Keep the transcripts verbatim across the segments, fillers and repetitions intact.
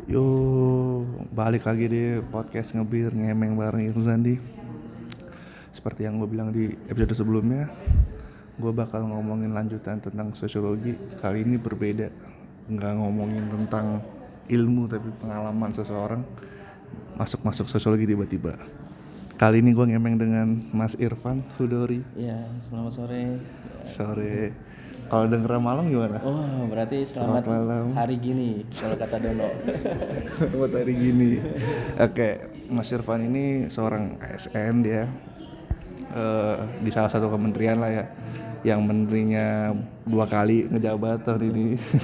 Yo, balik lagi di podcast ngebir ngemeng bareng Irzandi. Seperti yang gue bilang di episode sebelumnya, gue bakal ngomongin lanjutan tentang sosiologi. Kali ini berbeda, nggak ngomongin tentang ilmu tapi pengalaman seseorang masuk-masuk sosiologi tiba-tiba. Kali ini gue ngemeng dengan Mas Irfan Hudori. Ya, selamat sore. Sore. Kalau denger malam gimana? Oh, berarti selamat, Selamat malam. hari gini kalau kata Dono. Buat hari gini. Oke, Mas Irfan ini seorang A S N dia uh, di salah satu kementerian lah ya, yang menterinya dua kali ngejabat tahun ini.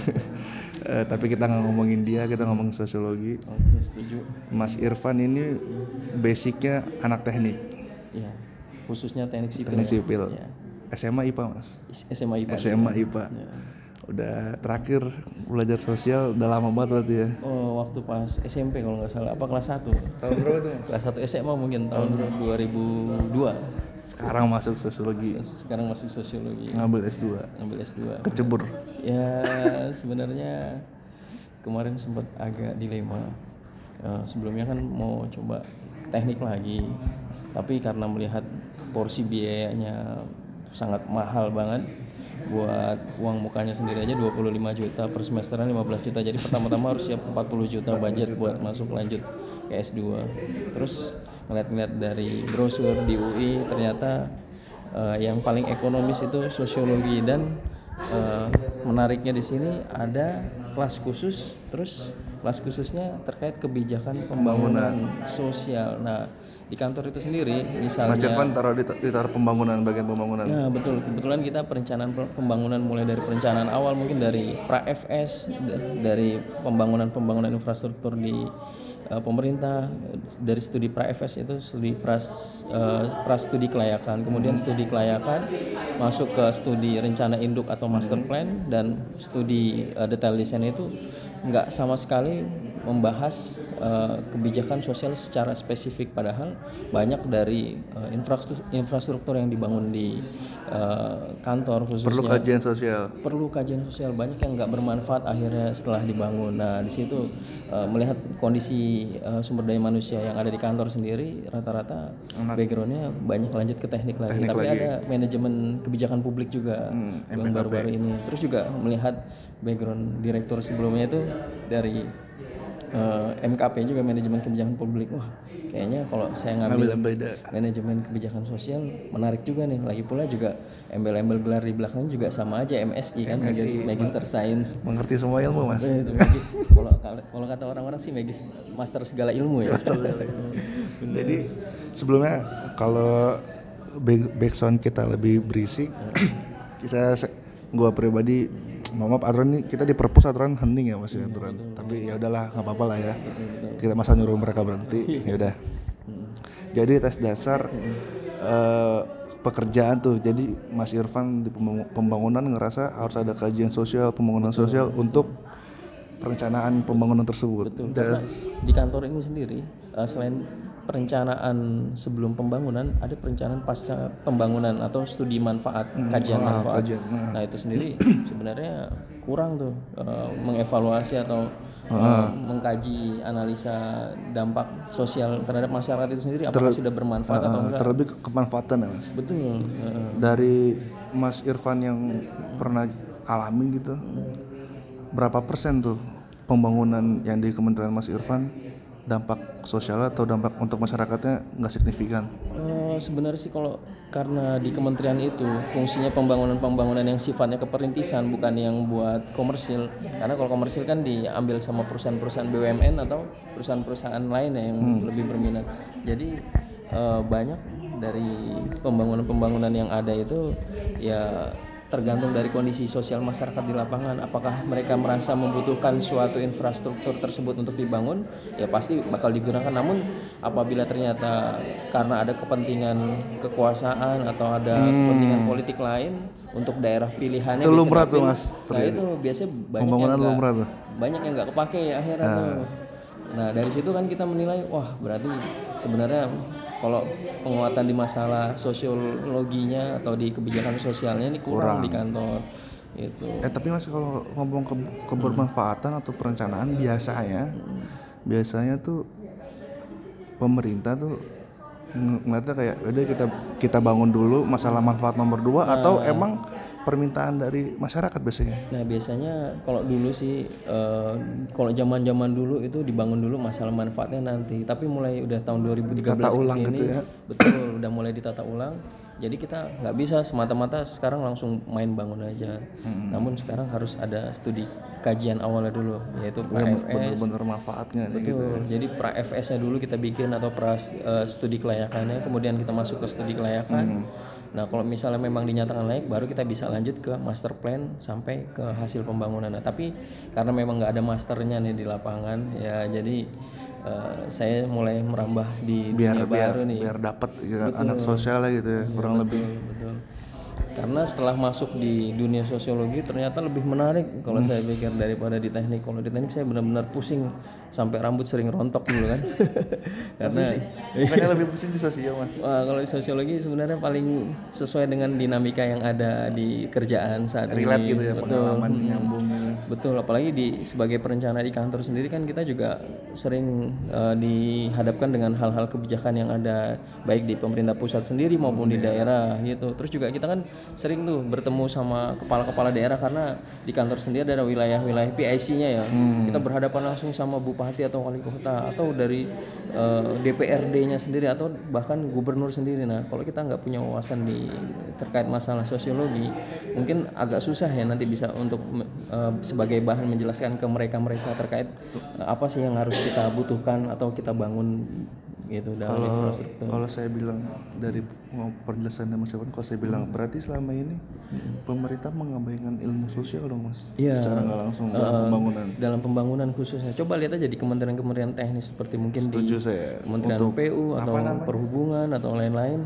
uh, tapi kita nggak ngomongin dia, kita ngomongin sosiologi. Oke, setuju. Mas Irfan ini basicnya anak teknik. Ya, khususnya teknik sipil. Teknik sipil. Ya. S M A I P A Mas. S M A I P A. S M A I P A. Ya. Udah terakhir belajar sosial udah lama banget berarti ya. Oh, waktu pas S M P kalau nggak salah, apa kelas satu? Tahun berapa tuh Mas? Kelas satu S M A mungkin tahun dua ribu dua. Sekarang masuk sosiologi. Sekarang masuk sosiologi. Ngambil S dua. Ngambil S dua. Kecebur. Ya, sebenarnya kemarin sempat agak dilema. Uh, sebelumnya kan mau coba teknik lagi, tapi karena melihat porsi biayanya sangat mahal banget, buat uang mukanya sendiri aja dua puluh lima juta per semesteran, lima belas juta, jadi pertama-tama harus siap empat puluh juta budget buat masuk lanjut ke S dua. Terus ngeliat-ngeliat dari brosur di U I, ternyata uh, yang paling ekonomis itu sosiologi, dan uh, menariknya di sini ada kelas khusus, terus kelas khususnya terkait kebijakan pembangunan sosial. Nah, di kantor itu sendiri misalnya, Mas Irfan taruh di, ditaruh pembangunan, bagian pembangunan. Nah, betul, kebetulan kita perencanaan pembangunan mulai dari perencanaan awal, mungkin dari pra F S, dari pembangunan-pembangunan infrastruktur di uh, pemerintah, dari studi pra F S itu studi pras uh, pra studi kelayakan, kemudian studi kelayakan masuk ke studi rencana induk atau master plan, dan studi uh, detail desain itu nggak sama sekali membahas uh, kebijakan sosial secara spesifik, padahal banyak dari uh, infrastruktur, infrastruktur yang dibangun di uh, kantor khususnya Perlu kajian sosial. perlu kajian sosial, banyak yang nggak bermanfaat akhirnya setelah dibangun. Nah, di situ uh, melihat kondisi uh, sumber daya manusia yang ada di kantor sendiri, rata-rata backgroundnya banyak lanjut ke teknik lagi, Teknik tapi lagi. ada manajemen kebijakan publik juga Hmm, yang baru-baru ini. Terus juga melihat background direktur sebelumnya itu dari uh, M K P juga, manajemen kebijakan publik. Wah, kayaknya kalau saya ngambil Ngambil beda. manajemen kebijakan sosial menarik juga nih. Lagi pula juga embel-embel gelar di belakang juga sama aja, M S I kan, M S I. Magister Science. Mengerti semua ilmu Mas. Eh, itu magi- Kalau kalau kata orang-orang sih magis, master segala ilmu ya. Jadi sebelumnya kalau back- backsound kita lebih berisik, kita gua pribadi mohon maaf, aturan ini kita di perpus aturan hening ya Mas ya, aturan. Tapi ya udahlah, nggak apa-apa lah ya. Kita masa nyuruh mereka berhenti, ya udah. Jadi tes dasar eh, pekerjaan tuh. Jadi Mas Irfan di pembangu- pembangunan ngerasa harus ada kajian sosial, pembangunan sosial untuk perencanaan pembangunan tersebut. Betul, Dan- karena di kantor ini sendiri uh, selain perencanaan sebelum pembangunan, ada perencanaan pasca pembangunan atau studi manfaat, kajian ah, manfaat. kajian, nah. Nah, itu sendiri sebenarnya kurang tuh uh, mengevaluasi atau uh, mengkaji analisa dampak sosial terhadap masyarakat itu sendiri, apakah sudah bermanfaat atau ah, enggak. terlebih ke kemanfaatan ya Mas. Betul. uh, Dari Mas Irfan yang pernah alami gitu, berapa persen tuh pembangunan yang di Kementerian Mas Irfan dampak sosial atau dampak untuk masyarakatnya nggak signifikan? Eh, sebenarnya sih kalau karena di kementerian itu fungsinya pembangunan-pembangunan yang sifatnya keperintisan, bukan yang buat komersil. Karena kalau komersil kan diambil sama perusahaan-perusahaan B U M N atau perusahaan-perusahaan lain ya yang Hmm. lebih berminat. Jadi eh, banyak dari pembangunan-pembangunan yang ada itu ya tergantung dari kondisi sosial masyarakat di lapangan. Apakah mereka merasa membutuhkan suatu infrastruktur tersebut untuk dibangun, ya pasti bakal digunakan. Namun apabila ternyata karena ada kepentingan kekuasaan atau ada kepentingan politik lain untuk daerah pilihannya, Itu lumrah bisa tuh, dapil, Mas, nah terjadi. itu biasanya banyak Pembangunan yang nggak- lumrah tuh. banyak yang nggak kepake ya akhirnya tuh. Nah, dari situ kan kita menilai, wah berarti sebenarnya kalau penguatan di masalah sosiologinya atau di kebijakan sosialnya ini kurang, Kurang. di kantor itu. Eh tapi Mas, kalau ngomong ke, kebermanfaatan atau perencanaan biasanya biasanya tuh pemerintah tuh ng- ngeliatnya kayak udah kita kita bangun dulu masalah manfaat nomor dua atau emang permintaan dari masyarakat biasanya? Nah biasanya kalau dulu sih eh, kalau zaman-zaman dulu itu dibangun dulu masalah manfaatnya nanti. Tapi mulai udah tahun dua ribu tiga belas Ditata ulang kesini, gitu ya? betul udah mulai ditata ulang. Jadi kita nggak bisa semata-mata sekarang langsung main bangun aja. Namun sekarang harus ada studi kajian awalnya dulu, yaitu pra F S. Bener-bener manfaatnya nih gitu. Betul. Jadi pra F S-nya dulu kita bikin atau pra eh, studi kelayakannya, kemudian kita masuk ke studi kelayakan. Nah, kalau misalnya memang dinyatakan layak, baru kita bisa lanjut ke master plan sampai ke hasil pembangunan. Nah, tapi karena memang nggak ada masternya nih di lapangan, ya jadi eh, saya mulai merambah di Biar dunia biar baru nih. biar dapat ya, anak sosialnya gitu ya, kurang lebih. Betul. Karena setelah masuk di dunia sosiologi ternyata lebih menarik kalau saya pikir daripada di teknik. Kalau di teknik saya benar-benar pusing sampai rambut sering rontok dulu kan. Karena Bukannya lebih pusing di sosial mas? wah, kalau di sosiologi sebenarnya paling sesuai dengan dinamika yang ada di kerjaan saat Relate ini. gitu ya, Betul. pengalaman nyambung gitu. Betul, apalagi di sebagai perencana di kantor sendiri kan kita juga sering eh, dihadapkan dengan hal-hal kebijakan yang ada baik di pemerintah pusat sendiri maupun di daerah gitu. Terus juga kita kan sering tuh bertemu sama kepala-kepala daerah karena di kantor sendiri ada wilayah-wilayah P I C-nya ya. Kita berhadapan langsung sama bupati atau wali kota atau dari eh, D P R D-nya sendiri atau bahkan gubernur sendiri. Nah, kalau kita nggak punya wawasan di terkait masalah sosiologi, mungkin agak susah ya nanti bisa untuk eh, sebagai bahan menjelaskan ke mereka-mereka terkait eh, apa sih yang harus kita butuhkan atau kita bangun gitu dalam Kalau infrastruktur. kalau saya bilang dari mau penjelasan Mas Irfan, kalau saya bilang berarti selama ini pemerintah mengabaikan ilmu sosial dong mas? Iya. Secara nggak langsung dalam pembangunan. Dalam pembangunan khususnya. Coba lihat aja di kementerian-kementerian teknis seperti mungkin Setuju di saya. Kementerian Untuk P U atau apa namanya? perhubungan atau lain-lain.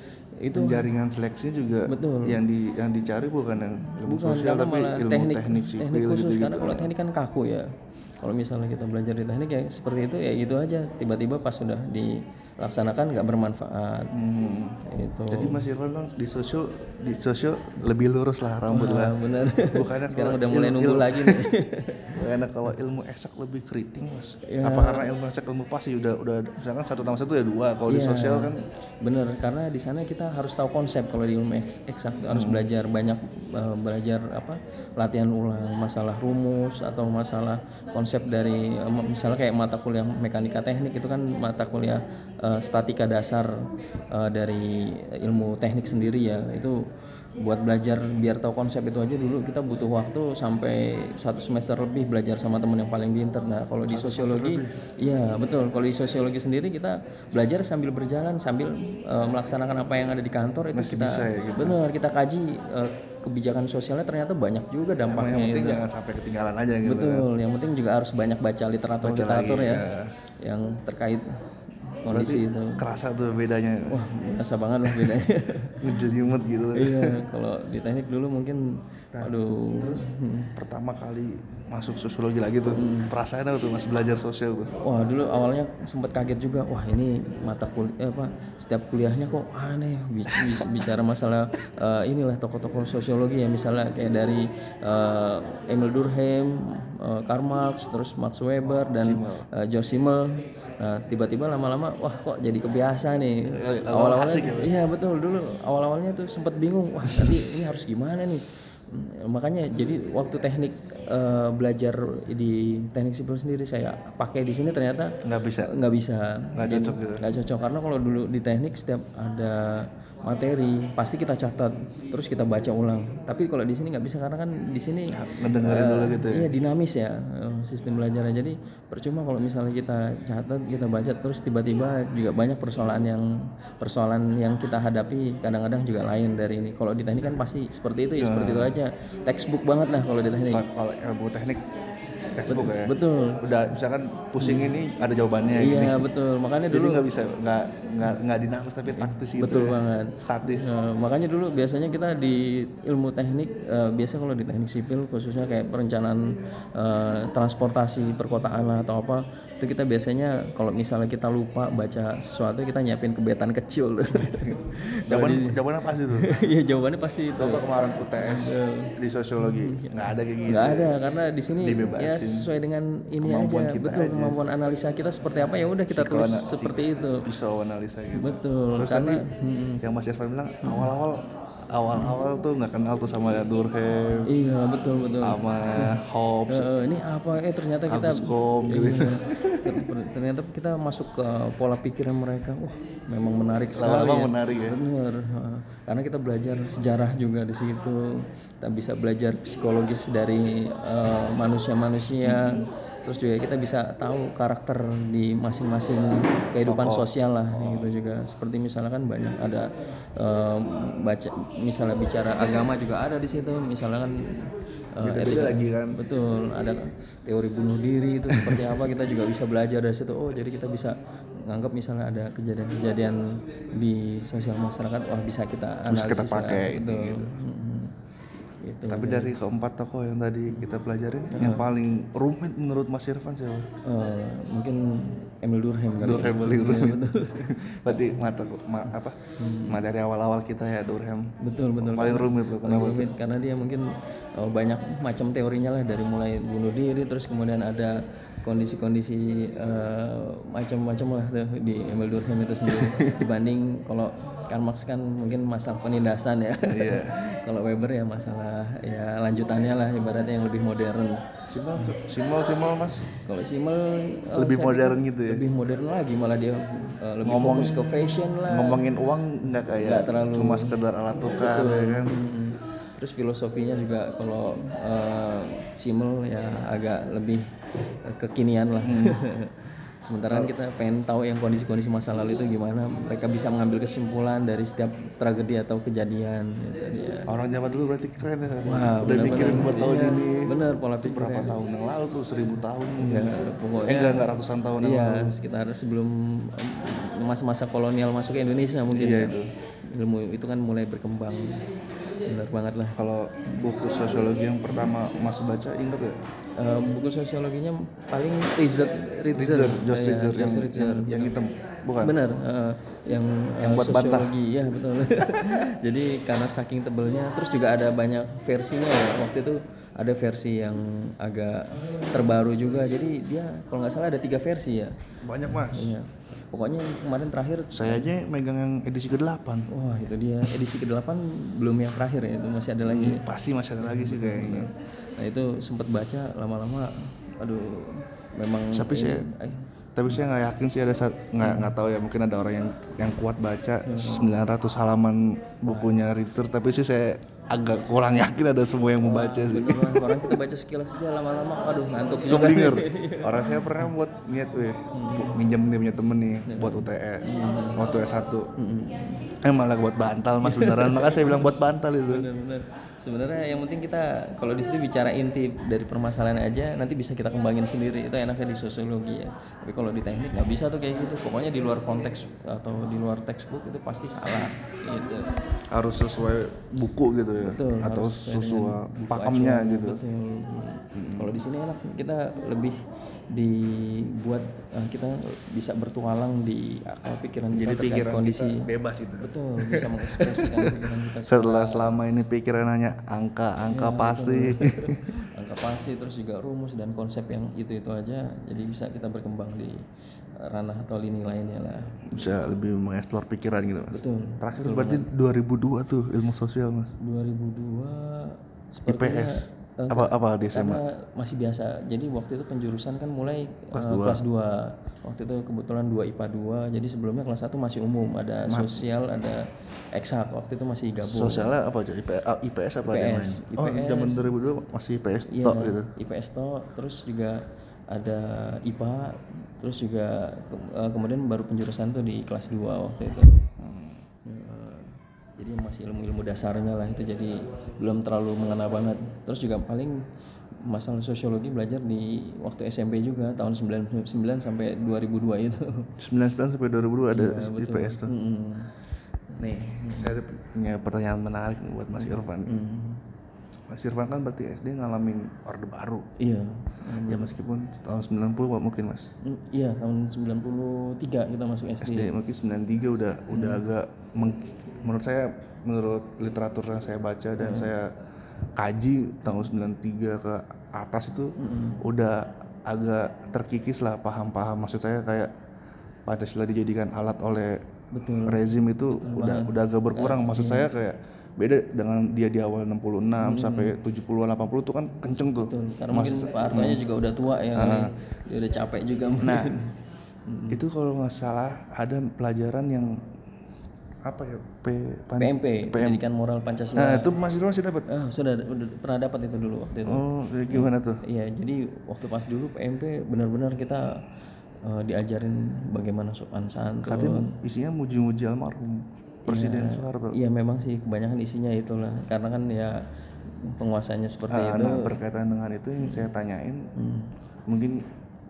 Itu Jaringan seleksi juga Betul. yang di yang dicari bukan yang ilmu bukan sosial karena tapi malah ilmu teknik, teknik sipil teknik khusus gitu karena kalau teknik kan kaku ya. Kalau misalnya kita belajar di teknik ya seperti itu ya gitu aja. Tiba-tiba pas sudah dilaksanakan nggak bermanfaat. Hmm. Gitu. Jadi Mas Irfan bang di sosial di sosial lebih lurus lah rambut Nah, lah. benar. Bukannya Sekarang kalau udah mulai il- nunggu il- lagi nih. Bukannya kalau ilmu eksak lebih keriting mas. Ya. Apa karena ilmu eksak ilmu pasti udah udah misalkan satu tambah satu ya dua. Kalau di Iya, sosial kan bener karena di sana kita harus tahu konsep. Kalau di ilmu eks- eksak harus belajar banyak eh, belajar apa latihan ulang masalah rumus atau masalah konsep dari eh, misalnya kayak mata kuliah mekanika teknik itu kan mata kuliah eh, statika dasar eh, dari ilmu teknik sendiri ya. Itu buat belajar biar tahu konsep itu aja dulu kita butuh waktu sampai satu semester lebih belajar sama teman yang paling pinter. Nah kalau di sosiologi iya betul, kalau di sosiologi sendiri kita belajar sambil berjalan sambil eh, melaksanakan apa yang ada di kantor itu Masih kita bisa ya gitu. benar kita kaji eh, kebijakan sosialnya ternyata banyak juga yang dampaknya penting itu. jangan sampai ketinggalan aja gitu. Betul, yang penting juga harus banyak baca literatur Baca literatur lagi, ya, ya. yang terkait kondisi itu. Kerasa tuh bedanya. Wah, berasa banget lah bedanya. Ngejelimut gitu. Iya, kalau di teknik dulu mungkin aduh. Terus pertama kali masuk sosiologi lagi tuh perasaan apa tuh mas belajar sosial tuh? Wah, dulu awalnya sempat kaget juga. Wah, ini mata kuliah apa setiap kuliahnya kok aneh. Bis- bis- Bicara masalah eh, inilah tokoh-tokoh sosiologi ya, misalnya kayak dari eh, Emil Durkheim, eh, Karl Marx, terus Max Weber dan eh, George Simmel. Nah, tiba-tiba lama-lama wah kok jadi kebiasa nih. awal Awal-awalnya asik ya, Mas? iya betul, dulu awal-awalnya tuh sempat bingung. Wah, tapi ini harus gimana nih? Hmm, makanya jadi waktu teknik eh, belajar di teknik sipil sendiri saya pakai di sini ternyata Nggak bisa. nggak bisa Nggak cocok gitu. nggak cocok karena kalau dulu di teknik setiap ada materi pasti kita catat terus kita baca ulang, tapi kalau di sini nggak bisa karena kan di sini Ngedengerin dulu gitu ya. iya dinamis ya eh, sistem belajarnya, jadi percuma kalau misalnya kita catat kita baca terus tiba-tiba juga banyak persoalan yang persoalan yang kita hadapi kadang-kadang juga lain dari ini. Kalau di teknik kan pasti seperti itu ya seperti itu aja, textbook banget lah kalau di teknik. Kalau ilmu teknik textbook ya. Betul. Udah misalkan pusing ini ada jawabannya gini. Iya betul, makanya Jadi dulu nggak bisa nggak nggak nggak dinamis tapi taktis gitu. betul ya. banget. Statis. Nah, makanya dulu biasanya kita di ilmu teknik eh, biasa kalau di teknik sipil khususnya kayak perencanaan eh, transportasi perkotaan lah atau apa itu kita biasanya kalau misalnya kita lupa baca sesuatu kita nyiapin kebetan kecil. Jawaban jawaban apa sih tuh? Iya jawabannya pasti itu. Coba kemarin U T S di sosiologi nggak ada kayak gitu. Nggak ada karena di sini ya Dibebasin. sesuai dengan ini kemampuan aja, kita betul aja. kemampuan analisa kita seperti apa ya udah kita tulis Psikoana- seperti psik- itu. Pisau analisa gitu. Betul. Terus Karena tadi yang Mas Irfan bilang awal-awal awal-awal tuh nggak kenal tuh sama Durkheim, iya betul betul. sama Hobbes, Eh, ini apa? Eh ternyata kita Auguste Comte gitu. iya, ter- ternyata kita masuk ke pola pikiran mereka. Wah, memang menarik sekali. Lama-lama ya. menarik ya. Bener. Heeh. Karena kita belajar sejarah juga di situ. Kita bisa belajar psikologis dari eh, manusia-manusia. Terus juga kita bisa tahu karakter di masing-masing kehidupan sosial lah gitu juga. Seperti misalkan banyak ada eh, baca misalnya bicara agama juga ada di situ. Misalkan eh, Beda-beda lagi kan. betul, ada teori bunuh diri itu seperti apa kita juga bisa belajar dari situ. Oh, jadi kita bisa nganggap misalnya ada kejadian-kejadian di sosial masyarakat, wah bisa kita Terus analisis kita pakai ya. ini Betul. gitu. Mm-mm. Gitu. Tapi dari keempat tokoh yang tadi kita pelajarin, yang paling rumit menurut Mas Irfan siapa? Eh, mungkin Emil Durkheim kali. Durkheim paling rumit. Berarti mata ma, apa? Ma dari awal-awal kita ya Durkheim. Betul betul. Paling rumit loh, kenapa? Paling rumit karena dia mungkin eh, banyak macam teorinya lah, dari mulai bunuh diri terus kemudian ada kondisi-kondisi eh, macam-macam lah tuh di Emil Durkheim itu sendiri. Dibanding kalau Karl Marx kan mungkin masalah penindasan ya. Iya. Kalau Weber ya masalah ya lanjutannya lah, ibaratnya yang lebih modern. Simbol, simbol, simbol Mas. Kalau Simmel eh, Lebih saya modern pikir gitu ya? Lebih modern lagi, malah dia eh, lebih Ngomong- fokus ke fashion lah. Ngomongin uang nggak kayak Nggak terlalu- cuma sekedar alat tukar ya kan. Mm-mm. Terus filosofinya juga kalau uh, Simmel ya agak lebih eh, kekinian lah. Sementara kan kita pengen tahu yang kondisi-kondisi masa lalu itu gimana, mereka bisa mengambil kesimpulan dari setiap tragedi atau kejadian gitu dia. Orang zaman dulu berarti keren ya. Wah, Udah benar-benar. mikirin buat tahun Iya, ini. bener pola Berapa pikirnya. tahun yang lalu tuh, seribu tahun. Ya, Eh pokoknya enggak, enggak ratusan tahun yang iya, lalu. sekitar sebelum em, masa-masa kolonial masuk ke Indonesia mungkin. Iya, ya. itu. Ilmu itu kan mulai berkembang. Benar banget lah. Kalau buku sosiologi yang pertama Mas baca inget gak? Eh, buku sosiologinya paling Rizet, Ritzer, Josh Ya, Ritzer yang, Josh Ritzer. yang, yang hitam, bukan? Benar, eh, yang, Yang eh, buat bantah. sosiologi, ya betul. Jadi karena saking tebelnya, terus juga ada banyak versinya ya. Waktu itu ada versi yang agak terbaru juga. Jadi dia kalau nggak salah ada tiga versi ya. Banyak Mas. Iya. Pokoknya yang kemarin terakhir, Saya aja megang yang edisi kedelapan. wah itu dia edisi kedelapan belum yang terakhir ya, itu masih ada lagi. Pasti masih ada lagi sih kayaknya. Nah itu sempat baca lama-lama, aduh memang. Tapi ini- saya eh, tapi saya nggak yakin sih ada saat nggak nggak tahu ya, mungkin ada orang yang yang kuat baca sembilan ratus halaman bukunya Ritzer, tapi sih saya agak kurang yakin ada semua yang membaca sih. beneran, orang kita baca sekilas aja lama-lama, aduh ngantuk juga. Keblinger. Orang saya pernah buat niat weh, bu- minjem dia punya temen nih buat U T S waktu S satu. Eh malah buat bantal Mas beneran. Makanya saya bilang buat bantal itu. Bener-bener. Sebenarnya yang penting kita kalau di situ bicara inti dari permasalahan aja, nanti bisa kita kembangin sendiri. Itu enaknya di sosiologi ya. Tapi kalau di teknik nggak bisa tuh kayak gitu. Pokoknya di luar konteks atau di luar textbook itu pasti salah gitu. Harus sesuai buku gitu ya. Betul, Atau harus sesuai sesuai dengan buku pakemnya acuan, gitu. Betul. Kalau di sini enak, kita lebih dibuat eh, kita bisa bertualang di akal pikiran kita Jadi terkait pikiran kondisi. kita bebas itu. Betul, bisa mengekspresikan pikiran kita. Setelah selama ini pikiran hanya angka, angka pasti. Angka pasti, terus juga rumus dan konsep yang itu-itu aja, jadi bisa kita berkembang di eh, ranah atau lini lainnya lah. Bisa lebih mengeksplor pikiran gitu Mas. Betul. Terakhir berarti dua ribu dua tuh ilmu sosial Mas. dua ribu dua I P S. eh, Apa apa di S M A? karena masih biasa. Jadi waktu itu penjurusan kan mulai Kelas eh, dua. kelas dua. Waktu itu kebetulan dua I P A dua. Jadi sebelumnya kelas satu masih umum, ada sosial, ada eksak. Waktu itu masih gabung. Sosialnya apa aja? I P ah, I P S apa dia I P S. main? Oh, I P S. zaman dua ribu dua masih I P S Iya, tok gitu. I P S tok, terus juga ada I P A, terus juga ke- eh, kemudian baru penjurusan tuh di kelas dua waktu itu. Ya, jadi masih ilmu-ilmu dasarnya lah itu, jadi belum terlalu mengena banget. Terus juga paling masalah sosiologi belajar di waktu S M P juga tahun sembilan puluh sembilan sampai dua ribu dua itu. sembilan puluh sembilan sampai dua ribu dua ada Iya, I P S tuh. Mm-mm. Nih, saya ada punya pertanyaan menarik nih buat Mas Irfan. Mm. Mas Irfan kan berarti S D ngalamin Orde Baru. Iya. Ya meskipun tahun sembilan puluh mungkin Mas. Mm, iya, tahun sembilan puluh tiga kita masuk S S D. D mungkin sembilan puluh tiga udah udah agak meng- menurut saya, menurut literatur yang saya baca dan saya kaji tahun sembilan puluh tiga ke atas itu udah agak terkikis lah paham-paham, maksud saya kayak Pancasila dijadikan alat oleh Betul. rezim itu udah udah agak berkurang, maksud saya kayak beda dengan dia di awal enam puluh enam sampai tujuh puluhan delapan puluh tuh kan kenceng tuh. Betul, karena mungkin Pak Hartonya juga udah tua ya kali. Dia udah capek juga mungkin. Nah, itu kalau nggak salah ada pelajaran yang apa ya P, pan, P M P, Pendidikan Moral Pancasila. Nah, itu Mas Irwan masih dapat. Ah, sudah udah pernah dapat itu dulu waktu itu. Oh, gimana tuh? Iya, jadi waktu pas dulu P M P benar-benar kita uh, diajarin bagaimana sopan santun. Katanya isinya muji-muji almarhum Presiden Iya, Soeharto. Iya, memang sih kebanyakan isinya itulah. Karena kan ya penguasanya seperti Ah, itu. nah, berkaitan dengan itu yang saya tanyain, mungkin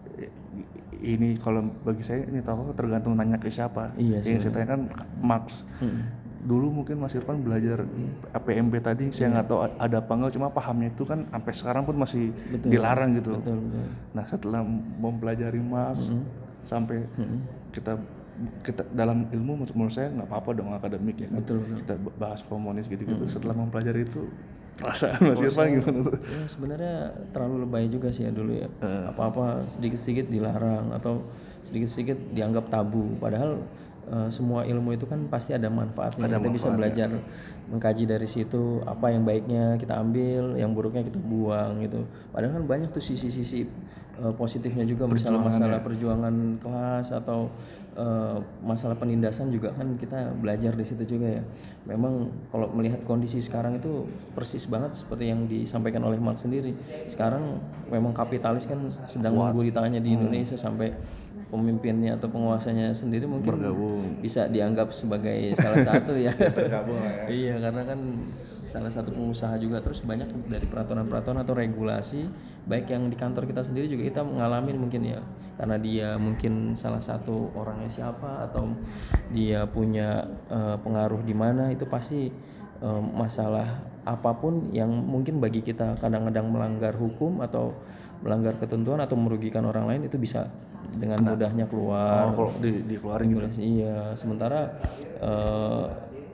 ini kalau bagi saya ini tokoh tergantung nanya ke siapa. Iya, yang saya tanyakan Marx. Dulu mungkin Mas Irfan belajar P M P tadi, saya nggak tahu ada apa enggak, cuma pahamnya itu kan sampai sekarang pun masih Betul. dilarang gitu. Betul, betul. Nah, setelah mempelajari Marx sampai kita kita dalam ilmu menurut saya nggak apa-apa dong akademik ya kan. Betul, betul. Kita bahas komunis gitu-gitu. Setelah mempelajari itu perasaan Mas Irfan gimana tuh? Ya sebenarnya terlalu lebay juga sih ya dulu ya. Apa-apa sedikit-sedikit dilarang atau sedikit-sedikit dianggap tabu. Padahal uh, semua ilmu itu kan pasti ada manfaatnya. Ada kita bisa manfaatnya. belajar mengkaji dari situ apa yang baiknya kita ambil, yang buruknya kita buang gitu. Padahal kan banyak tuh sisi-sisi uh, positifnya juga, misalnya masalah perjuangan kelas atau uh, masalah penindasan juga kan kita belajar di situ juga ya. Memang kalau melihat kondisi sekarang itu persis banget seperti yang disampaikan oleh Marx sendiri. Sekarang memang kapitalis kan sedang menggulitanya di Indonesia sampai pemimpinnya atau penguasanya sendiri mungkin Bergabung. bisa dianggap sebagai salah satu ya. Bergabung lah ya. Iya, karena kan salah satu pengusaha juga, terus banyak dari peraturan-peraturan atau regulasi baik yang di kantor kita sendiri juga kita mengalami mungkin ya, karena dia mungkin salah satu orangnya siapa atau dia punya uh, pengaruh di mana, itu pasti uh, masalah apapun yang mungkin bagi kita kadang-kadang melanggar hukum atau melanggar ketentuan atau merugikan orang lain itu bisa dengan mudahnya keluar. Oh, kalau di dikeluarin gitu. Iya, sementara uh,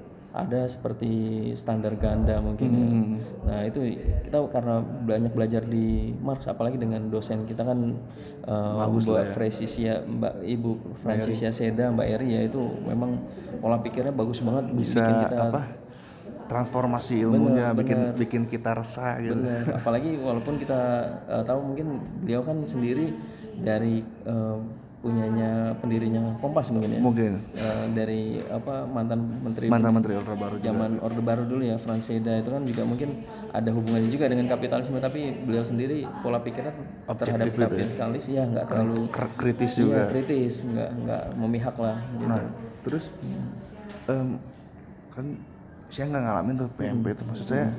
ada seperti standar ganda mungkin ya. Nah itu kita karena banyak belajar di Marx, apalagi dengan dosen kita kan uh, Mbak Francisia, Mbak Ibu Francisia Seda, Mbak Eri ya, itu memang pola pikirnya bagus banget, Bisa bikin kita apa? Transformasi ilmunya bener, bikin bener. bikin kita resah gitu. Bener. Apalagi walaupun kita uh, tahu mungkin beliau kan sendiri dari uh, punyanya pendirinya Kompas mungkin ya. Mungkin. Uh, dari apa mantan menteri mantan menteri Orde Baru zaman juga. Orde Baru dulu ya, Frans Seda, itu kan juga mungkin ada hubungannya juga dengan kapitalisme, tapi beliau sendiri pola pikirnya terhadap kapitalis ya nggak ya, terlalu kritis juga. Iya, kritis, nggak nggak memihak lah gitu. Nah, terus hmm. um, kan saya nggak ngalamin tuh P M P itu, maksud saya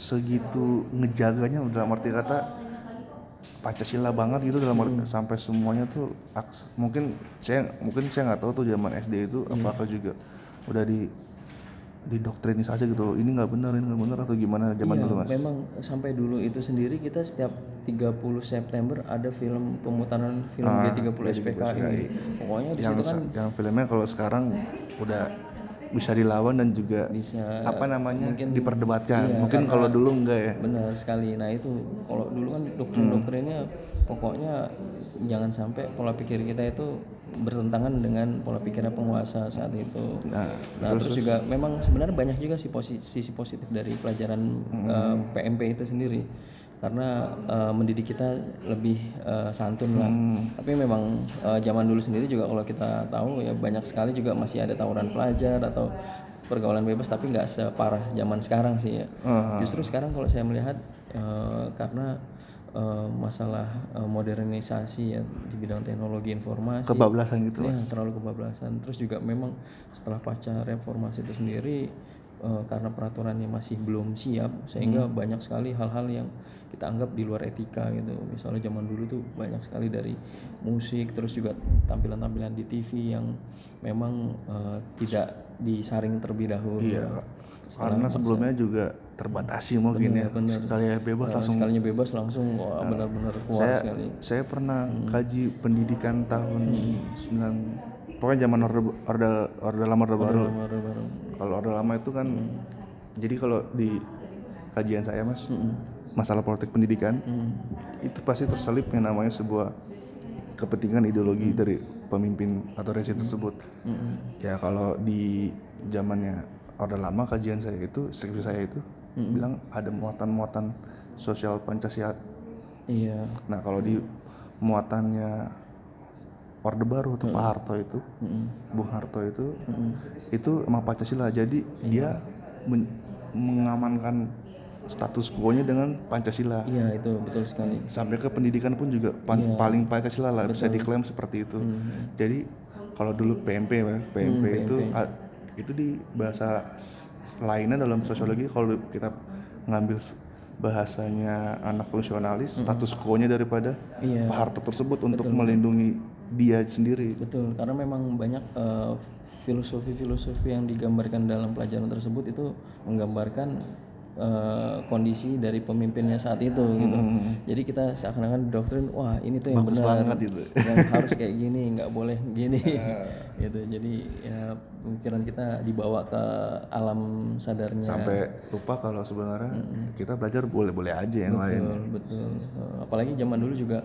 segitu ngejaganya dalam arti kata Pancasila banget gitu dalam arti hmm. sampai semuanya tuh aks, mungkin saya mungkin saya nggak tahu tuh zaman S D itu hmm. apakah juga udah di didoktrinisasi gitu, ini nggak benar ini nggak benar atau gimana zaman iya, dulu Mas? Memang sampai dulu itu sendiri kita setiap tiga puluh September ada film pemutaran film ah, G tiga puluh S P K I. Pokoknya di yang, situ kan yang filmnya kalau sekarang udah bisa dilawan dan juga bisa apa namanya mungkin diperdebatkan. Iya, mungkin kalau dulu enggak ya. Benar sekali. Nah itu kalau dulu kan doktrin-doktrinnya hmm. pokoknya jangan sampai pola pikir kita itu bertentangan dengan pola pikirnya penguasa saat itu. Nah, nah terus, terus juga memang sebenarnya banyak juga sih posi- sisi positif dari pelajaran hmm. uh, P M P itu sendiri. Karena uh, mendidik kita lebih uh, santun lah. Hmm. Tapi memang uh, zaman dulu sendiri juga kalau kita tahu ya banyak sekali juga masih ada tawuran pelajar atau pergaulan bebas, tapi nggak separah zaman sekarang sih ya. Uh. Justru sekarang kalau saya melihat uh, karena uh, masalah uh, modernisasi ya di bidang teknologi informasi. Kebablasan gitu ya, Mas. Terlalu kebablasan. Terus juga memang setelah pasca reformasi itu sendiri uh, karena peraturannya masih belum siap sehingga hmm. banyak sekali hal-hal yang kita anggap di luar etika gitu. Misalnya zaman dulu tuh banyak sekali dari musik, terus juga tampilan-tampilan di T V yang memang uh, tidak disaring terlebih dahulu. Iya. Karena masa. Sebelumnya juga terbatasi mungkin bener, ya. Bener. Sekalinya bebas uh, langsung. Sekalinya bebas langsung wah, uh, benar-benar kuat saya, sekali. Saya pernah hmm. kaji pendidikan tahun hmm. sembilan pokoknya zaman orde orde orde lama orde baru. Kalau orde lama itu kan hmm. jadi kalau di kajian saya Mas hmm. masalah politik pendidikan, itu pasti terselip yang namanya sebuah kepentingan ideologi dari pemimpin atau rezim tersebut. Ya kalau di zamannya Orde Lama, kajian saya itu, skripsi saya itu bilang ada muatan-muatan sosial Pancasila. Iya. Nah kalau di muatannya Orde Baru atau Pak Harto itu, Bung Harto itu, itu emang Pancasila. Jadi dia men- mengamankan status quo-nya dengan Pancasila. Iya itu betul sekali. Sampai ke pendidikan pun juga pan- Iya. paling Pancasila lah, bisa diklaim seperti itu. Jadi kalau dulu P M P ya, P M P Hmm, itu P M P. a- itu di bahasa s- lainnya dalam sosiologi, kalau kita ngambil s- bahasanya anak fungsionalis, status quo-nya daripada Iya. Pak Harto tersebut untuk melindungi dia sendiri. Betul, karena memang banyak eh, filosofi-filosofi yang digambarkan dalam pelajaran tersebut itu menggambarkan eh, kondisi dari pemimpinnya saat itu gitu. Jadi kita seakan-akan doktrin, wah ini tuh yang Bagus benar, banget itu. yang harus kayak gini, nggak boleh gini, gitu. Jadi ya pemikiran kita dibawa ke alam sadarnya. Sampai lupa kalau sebenarnya kita belajar boleh-boleh aja yang lain. Betul, betul. Eh, apalagi zaman dulu juga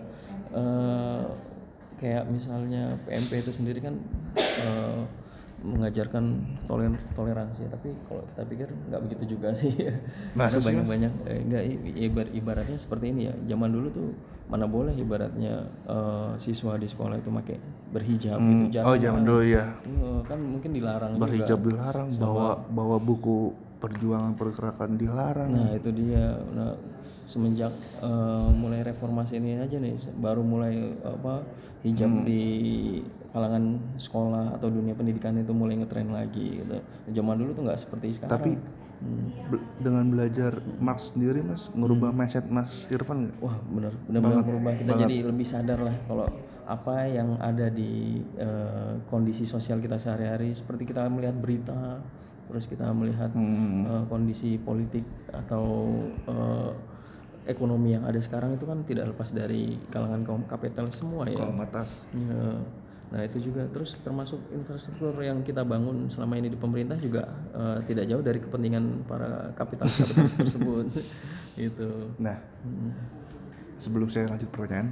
eh, kayak misalnya P M P itu sendiri kan eh, mengajarkan toler- toleransi, tapi kalau kita pikir nggak begitu juga sih. Masa Karena sih, banyak-banyak eh, nggak i- ibar, ibaratnya seperti ini ya. Zaman dulu tuh mana boleh ibaratnya eh, siswa di sekolah itu pakai berhijab gitu. Oh zaman dulu ya, Eh, kan mungkin dilarang berhijab juga. dilarang, bawa bawa buku perjuangan pergerakan dilarang. Nah itu dia. Nah, semenjak eh, mulai reformasi ini aja nih, baru mulai apa hijab di kalangan sekolah atau dunia pendidikan itu mulai ngetren lagi gitu. Zaman dulu tuh nggak seperti sekarang. Tapi be- dengan belajar Marx sendiri mas, ngerubah mindset Mas Irfan nggak? Wah benar, benar-benar berubah. Kita jadi lebih sadar lah kalau apa yang ada di eh, kondisi sosial kita sehari-hari. Seperti kita melihat berita, terus kita melihat eh, kondisi politik atau eh, ekonomi yang ada sekarang itu kan tidak lepas dari kalangan kaum kapitalis semua ya. Kaum atas. Ya. Nah itu juga, terus termasuk infrastruktur yang kita bangun selama ini di pemerintah juga eh, tidak jauh dari kepentingan para kapitalis-kapitalis tersebut. Gitu. Nah, sebelum saya lanjut pertanyaan,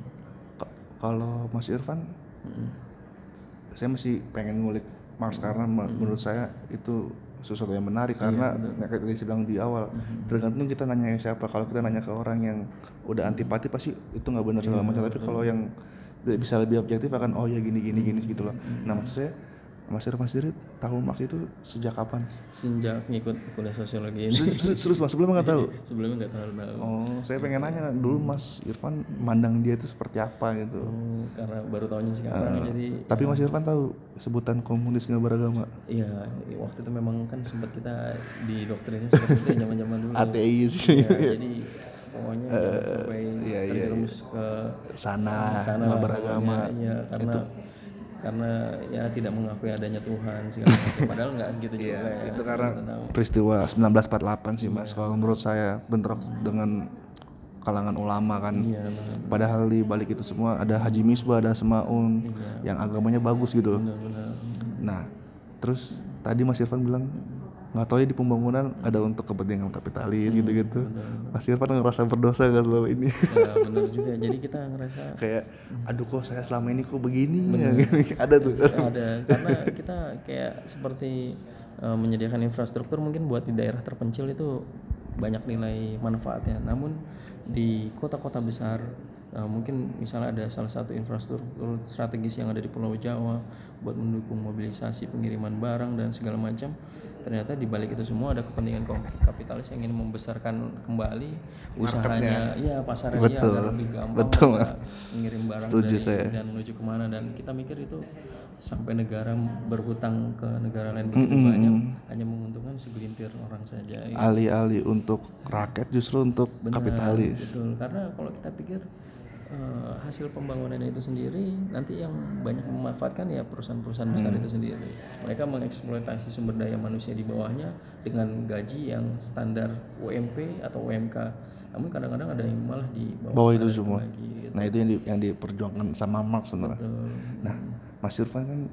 k- kalau Mas Irfan, saya masih pengen ngulik Marx karena me- menurut saya itu sesuatu yang menarik karena kayak tadi saya bilang di awal, tergantung kita nanya ke siapa. Kalau kita nanya ke orang yang udah antipati pasti itu nggak benar segala macam. Tapi kalau yang bisa lebih objektif akan oh ya gini gini gini gitu loh. Nah maksud saya Mas Irfan sendiri tahu Marx itu sejak kapan? Sejak ngikut kuliah sosiologi ini. Terus terus Mas sebelumnya nggak tahu? Sebelumnya nggak tahu tahu. Oh, saya pengen nanya dulu Mas Irfan mandang dia itu seperti apa gitu. Oh, karena baru tahunya sekarang jadi. Tapi Mas Irfan tahu sebutan komunis nggak beragama? Iya, waktu itu memang kan sempat kita di doktrinnya seperti itu ya, zaman-zaman dulu. A T I sih. Ya, jadi pokoknya jangan sampai iya, iya, terjerumus ke Sana sana nggak lah beragama. pokoknya. Iya, karena karena ya tidak mengakui adanya Tuhan segala macam. Padahal nggak gitu juga Iya, ya. itu karena Kita tahu. peristiwa sembilan belas empat puluh delapan sih Mas. Kalau menurut saya bentrok dengan kalangan ulama kan. Iya, benar. Padahal di balik itu semua ada Haji Misbah, ada Semaun yang agamanya bagus gitu. Benar-benar. Nah, terus tadi Mas Irfan bilang nggak tahu ya di pembangunan ada untuk kepentingan kapitalis gitu-gitu. Mas Irfan ngerasa berdosa nggak selama ini? Ya, benar juga. Jadi kita ngerasa Kayak, aduh kok saya selama ini kok begini ya? Ada tuh. ada, karena kita kayak seperti eh, menyediakan infrastruktur mungkin buat di daerah terpencil itu banyak nilai manfaatnya. Namun di kota-kota besar eh, mungkin misalnya ada salah satu infrastruktur strategis yang ada di Pulau Jawa buat mendukung mobilisasi pengiriman barang dan segala macam. Ternyata di balik itu semua ada kepentingan kaum kapitalis yang ingin membesarkan kembali usahanya, iya pasarnya ya, Betul. agar lebih gampang Betul, mereka mengirim barang Setuju dari saya. dan menuju kemana, dan kita mikir itu sampai negara berhutang ke negara lain begitu banyak hanya menguntungkan segelintir orang saja. Ya, Alih-alih untuk rakyat justru untuk kapitalis. betul, karena kalau kita pikir eh, hasil pembangunan itu sendiri nanti yang banyak memanfaatkan ya perusahaan-perusahaan besar itu sendiri. Mereka mengeksploitasi sumber daya manusia di bawahnya dengan gaji yang standar U M P atau U M K. Namun kadang-kadang ada yang malah di bawah Bawah itu standar semua. lagi, gitu. Nah itu yang, di, yang diperjuangkan sama Marx sebenarnya. Betul. Nah, Mas Irfan kan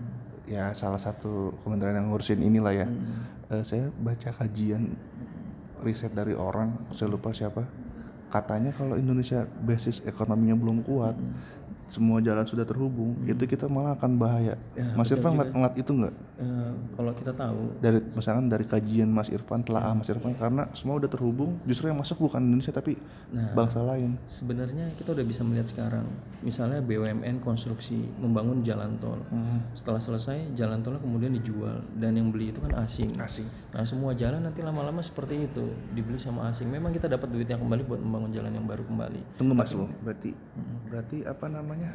ya salah satu kementerian yang ngurusin inilah ya. Eh, saya baca kajian riset dari orang, saya lupa siapa. katanya kalau Indonesia basis ekonominya belum kuat, semua jalan sudah terhubung, itu kita malah akan bahaya. Ya, Mas betul Irfan juga. ngeliat, ngeliat itu nggak? Eh, kalau kita tahu Dari misalkan dari kajian Mas Irfan, telaah Mas Irfan, karena semua udah terhubung, justru yang masuk bukan Indonesia tapi Nah, bangsa lain. sebenarnya kita udah bisa melihat sekarang, misalnya B U M N konstruksi membangun jalan tol. Setelah selesai jalan tolnya kemudian dijual dan yang beli itu kan asing. Asing. Nah, semua jalan nanti lama-lama seperti itu dibeli sama asing. Memang kita dapat duitnya kembali buat membangun jalan yang baru kembali. Tunggu Mas Lo, berarti berarti apa namanya?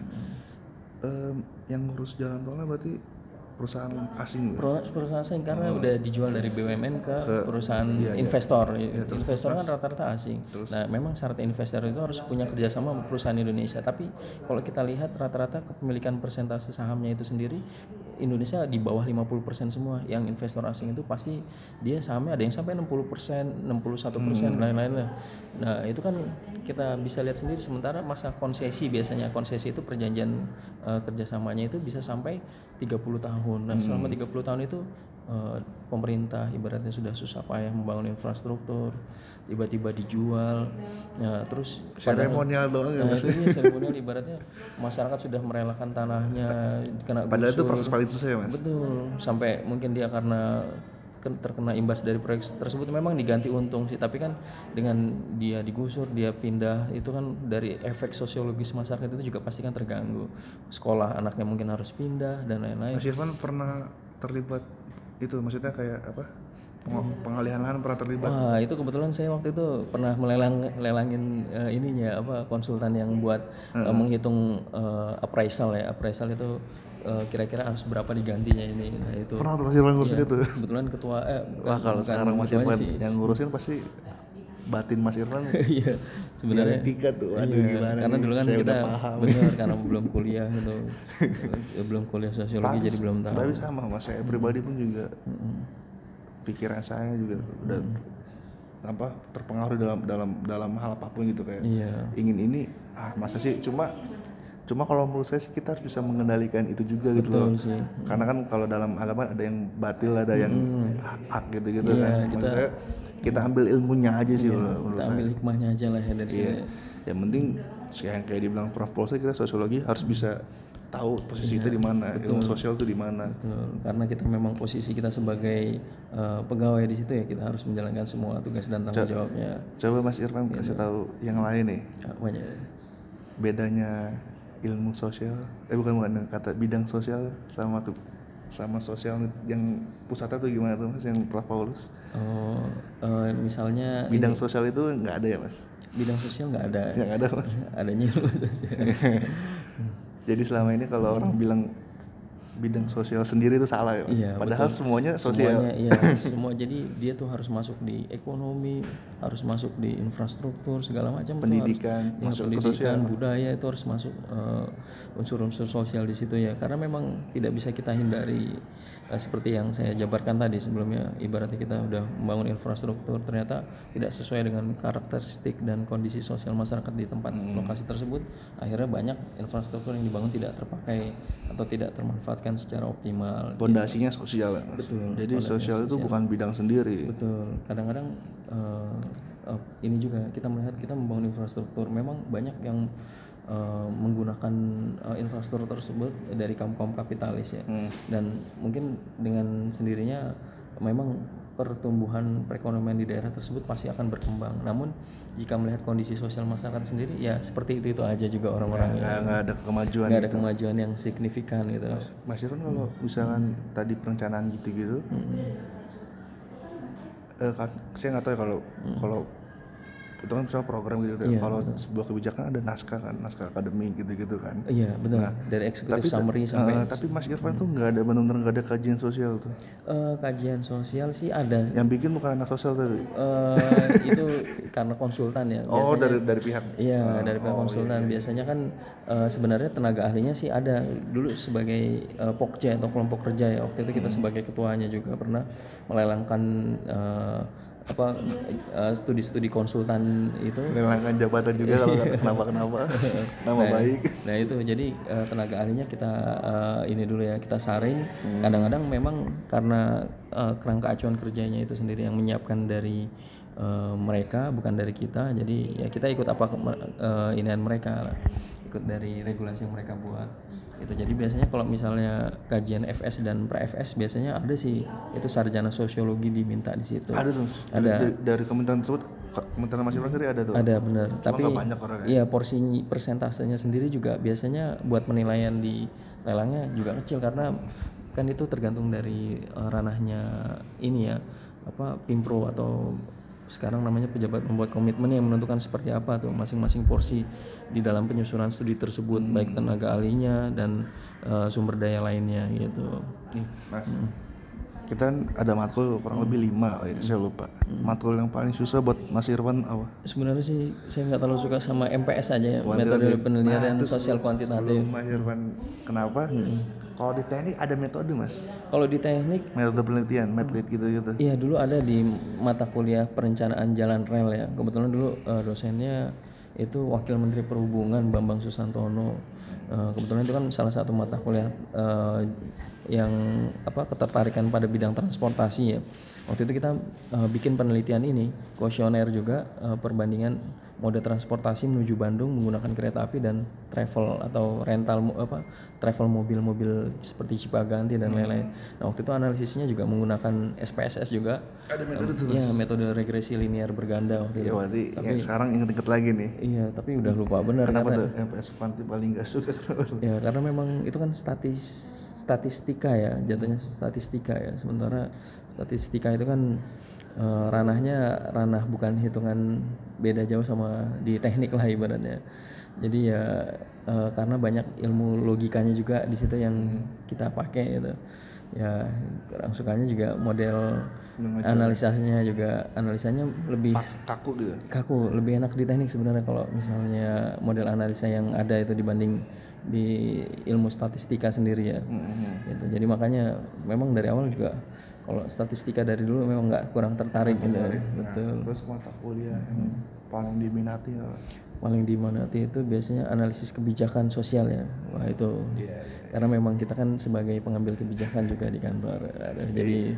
Em, yang ngurus jalan tolnya berarti perusahaan asing ya? Pro- perusahaan asing karena udah dijual dari B U M N ke, perusahaan iya, iya. investor. Iya, terus, investor kan rata-rata asing. Nah, memang syarat investor itu harus punya kerjasama sama perusahaan Indonesia. Tapi kalau kita lihat rata-rata kepemilikan persentase sahamnya itu sendiri Indonesia di bawah lima puluh persen semua. Yang investor asing itu pasti dia sahamnya ada yang sampai enam puluh persen, enam puluh satu persen, lain-lain lah. Nah, itu kan kita bisa lihat sendiri. Sementara masa konsesi biasanya konsesi itu perjanjian uh, kerjasamanya itu bisa sampai tiga puluh tahun. Nah, selama tiga puluh tahun itu uh, pemerintah ibaratnya sudah susah payah membangun infrastruktur, tiba-tiba dijual. Nah, terus Seremonial doang ya. nah, itu dia seremonial ibaratnya masyarakat sudah merelakan tanahnya kena Padahal itu gusur. proses paling susah ya Mas. Betul, sampai mungkin dia karena ken- terkena imbas dari proyek tersebut memang diganti untung sih, tapi kan dengan dia digusur, dia pindah, itu kan dari efek sosiologis masyarakat itu juga pasti kan terganggu. Sekolah anaknya mungkin harus pindah dan lain-lain. Mas Irfan pernah terlibat itu, maksudnya kayak apa? Peng- pengalihan lahan pernah terlibat. Wah, itu kebetulan saya waktu itu pernah melelang lelangin eh, ininya apa konsultan yang buat eh, menghitung eh, appraisal ya. Appraisal itu eh, kira-kira harus berapa digantinya ini. Nah, itu. Pernah tuh Mas Irfan ngurusin Iya, itu. kebetulan ketua eh bukan, Wah kalau bukan sekarang Mas ketuanya Irfan sih. yang ngurusin pasti batin Mas Irfan Iya, sebenarnya dialektika tuh, aduh iya, gimana karena nih, dulu kan saya kita udah paham. benar karena belum kuliah gitu. belum kuliah sosiologi jadi belum tahu. Tapi sama Mas, saya pribadi pun juga pikiran saya juga udah apa terpengaruh dalam dalam dalam hal apapun gitu, kayak Iya. ingin ini ah masa sih, cuma cuma kalau menurut saya sih kita harus bisa mengendalikan itu juga gitu loh. Betul sih. Karena kan kalau dalam agama ada yang batil, ada yang hak gitu-gitu Iya, kan. kita- Maksud saya kita ambil ilmunya aja sih menurut Kita saya. ambil hikmahnya aja lah ya dari Iya. sini. Yang penting yang kayak dibilang Prof Polsa, kita sosiologi harus bisa tahu posisi kita di mana, ilmu sosial itu di mana. Betul, karena kita memang posisi kita sebagai uh, pegawai di situ ya, kita harus menjalankan semua tugas dan tanggung jawabnya. Coba Mas Irfan kasih tahu yang lain nih, Apa ya? bedanya ilmu sosial, eh bukan bukan kata bidang sosial sama tuh sama sosial yang pusatnya tuh gimana tuh Mas, yang Prof Paulus? Oh, uh, misalnya Bidang ini, sosial itu nggak ada ya Mas? bidang sosial nggak ada. Yang ada Mas. Adanya ilmu sosial. Jadi selama ini kalau orang bilang bidang sosial sendiri itu salah ya Mas. Iya, Padahal betul. semuanya sosial. Semuanya, iya, semua. Jadi dia tuh harus masuk di ekonomi, harus masuk di infrastruktur segala macam. Pendidikan, Itu harus, masuk ya, ke pendidikan, sosial. budaya itu harus masuk uh, unsur-unsur sosial di situ ya. Karena memang tidak bisa kita hindari uh, seperti yang saya jabarkan tadi sebelumnya. Ibaratnya kita udah membangun infrastruktur, ternyata tidak sesuai dengan karakteristik dan kondisi sosial masyarakat di tempat lokasi tersebut. Akhirnya banyak infrastruktur yang dibangun tidak terpakai atau tidak termanfaatkan secara optimal. Pondasinya sosial ya Mas. Betul, Jadi pondasinya sosial itu sosial. bukan bidang sendiri. Betul. Kadang-kadang uh, uh, ini juga kita melihat kita membangun infrastruktur. Memang banyak yang uh, menggunakan uh, infrastruktur tersebut dari kaum-kaum kapitalis ya. Hmm. Dan mungkin dengan sendirinya memang pertumbuhan perekonomian di daerah tersebut pasti akan berkembang. Namun jika melihat kondisi sosial masyarakat sendiri ya seperti itu itu aja juga orang-orangnya. Nggak, nggak ada kemajuan. Nggak ada kemajuan yang signifikan gitu. Mas Irfan kalau misalkan tadi perencanaan gitu-gitu, eh, kan, saya nggak tahu ya kalau kalau itu kan misalnya program gitu, Iya, kalau sebuah kebijakan ada naskah kan, naskah akademik gitu-gitu kan. Iya benar. Dari executive summary ta- sampai eh, tapi Mas Irfan tuh nggak ada, benar-benar nggak ada kajian sosial tuh. eh, kajian sosial sih ada. Yang bikin bukan anak sosial tapi. Eh, itu karena konsultan ya. Oh Biasanya- dari dari pihak. Iya dari pihak konsultan. Biasanya kan eh, sebenarnya tenaga ahlinya sih ada. Dulu sebagai eh, Pokja atau kelompok kerja ya, waktu itu kita sebagai ketuanya juga pernah melelangkan eh, apa eh, studi-studi konsultan itu. Melelangkan jabatan juga kalau kata kenapa-kenapa. Nama Nah, baik. Nah itu jadi eh, tenaga ahlinya kita eh, ini dulu ya, kita saring. Kadang-kadang memang karena eh, kerangka acuan kerjanya itu sendiri yang menyiapkan dari uh, mereka, bukan dari kita. Jadi ya kita ikut apa uh, inian mereka lah, ikut dari regulasi yang mereka buat itu. Jadi biasanya kalau misalnya kajian F S dan pra F S biasanya ada sih itu sarjana sosiologi diminta di situ. Ada tuh. Ada. Dari, dari kementerian tersebut, kementerian Mas Irfan sendiri ada tuh. Ada benar. Cuma Tapi nggak banyak orangnya. iya porsi persentasenya sendiri juga biasanya buat penilaian di lelangnya juga kecil, karena kan itu tergantung dari uh, ranahnya ini ya, apa Pimpro atau sekarang namanya pejabat membuat komitmen yang menentukan seperti apa tuh masing-masing porsi di dalam penyusunan studi tersebut, hmm. baik tenaga ahlinya dan uh, sumber daya lainnya gitu. Nih, Mas. Hmm. Kita ada matkul kurang lebih lima, ya, saya lupa. Hmm. Matkul yang paling susah buat Mas Irfan apa? Sebenarnya sih saya nggak terlalu suka sama M P S aja ya, metode penelitian nah, sosial kuantitatif. Mas Irfan kenapa? Hmm. Kalau di teknik ada metode, Mas. Kalau di teknik metode penelitian, medlit gitu-gitu. Iya, dulu ada di mata kuliah perencanaan jalan rel ya. Kebetulan dulu uh, dosennya itu Wakil Menteri Perhubungan Bambang Susantono. Uh, kebetulan itu kan salah satu mata kuliah uh, yang apa ketertarikan pada bidang transportasi ya. Waktu itu kita uh, bikin penelitian ini, kuesioner juga uh, perbandingan mode transportasi menuju Bandung menggunakan kereta api dan travel atau rental apa travel mobil-mobil seperti Cipaganti dan lain-lain. Hmm. Nah, waktu itu analisisnya juga menggunakan S P S S juga. Ada metode um, tuh. Iya, metode regresi linear berganda waktu itu. Iya, berarti tapi, yang sekarang inget-inget lagi nih. Iya, tapi udah lupa benar. Kenapa karena, tuh M P S Panti paling gak suka? Ya, karena memang itu kan statis statistika ya, jatuhnya statistika ya. Sementara statistika itu kan Uh, ranahnya ranah bukan hitungan, beda jauh sama di teknik lah ibaratnya. Jadi ya uh, karena banyak ilmu logikanya juga di situ yang hmm. kita pakai gitu. Ya kurang sukanya juga model Mengejar. analisanya juga analisanya lebih kaku gitu. Kaku, lebih enak di teknik sebenarnya kalau misalnya model analisa yang ada itu dibanding di ilmu statistika sendiri ya. Hmm. Gitu. Jadi makanya memang dari awal juga kalau statistika dari dulu memang nggak kurang tertarik gitu. Nah, betul. Terus mata kuliah yang hmm. paling diminati ya? Paling diminati itu biasanya analisis kebijakan sosial ya. Wah itu. Yeah, yeah, yeah. Karena memang kita kan sebagai pengambil kebijakan juga di kantor. Aduh, jadi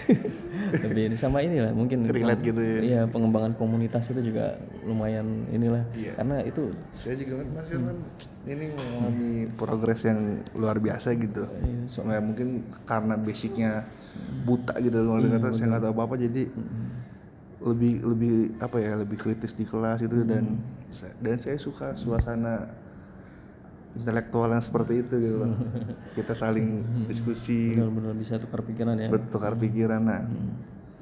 lebih sama inilah mungkin. Relate gitu ya. Iya, pengembangan komunitas itu juga lumayan inilah. Yeah. Karena itu. Saya juga kan Mas kan hmm. ini mengalami hmm. progres yang luar biasa gitu. Yeah, so, nggak mungkin karena basicnya buta gitu loh, iya, kata saya nggak tahu apa apa jadi mm-hmm. lebih lebih apa ya lebih kritis di kelas itu mm-hmm. dan dan saya suka suasana intelektual yang seperti itu gitu loh. Kita saling diskusi, benar-benar bisa tukar pikiran ya, bertukar pikiran. Nah mm-hmm.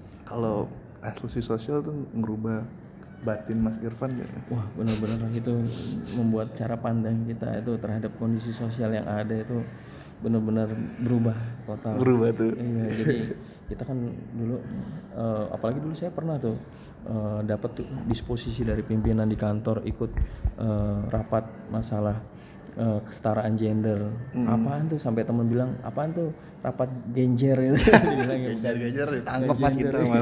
kalau asosiasi sosial tuh ngerubah batin Mas Irfan ya. Wah benar-benar itu membuat cara pandang kita itu terhadap kondisi sosial yang ada itu benar-benar berubah total. Berubah tuh. Iya, jadi kita kan dulu uh, apalagi dulu saya pernah tuh uh, dapat tuh disposisi dari pimpinan di kantor ikut uh, rapat masalah uh, kesetaraan gender. Hmm. Apaan tuh sampai teman bilang apaan tuh rapat genjer gitu. Dibilang ya, genjer ditangkap Mas kita Mas.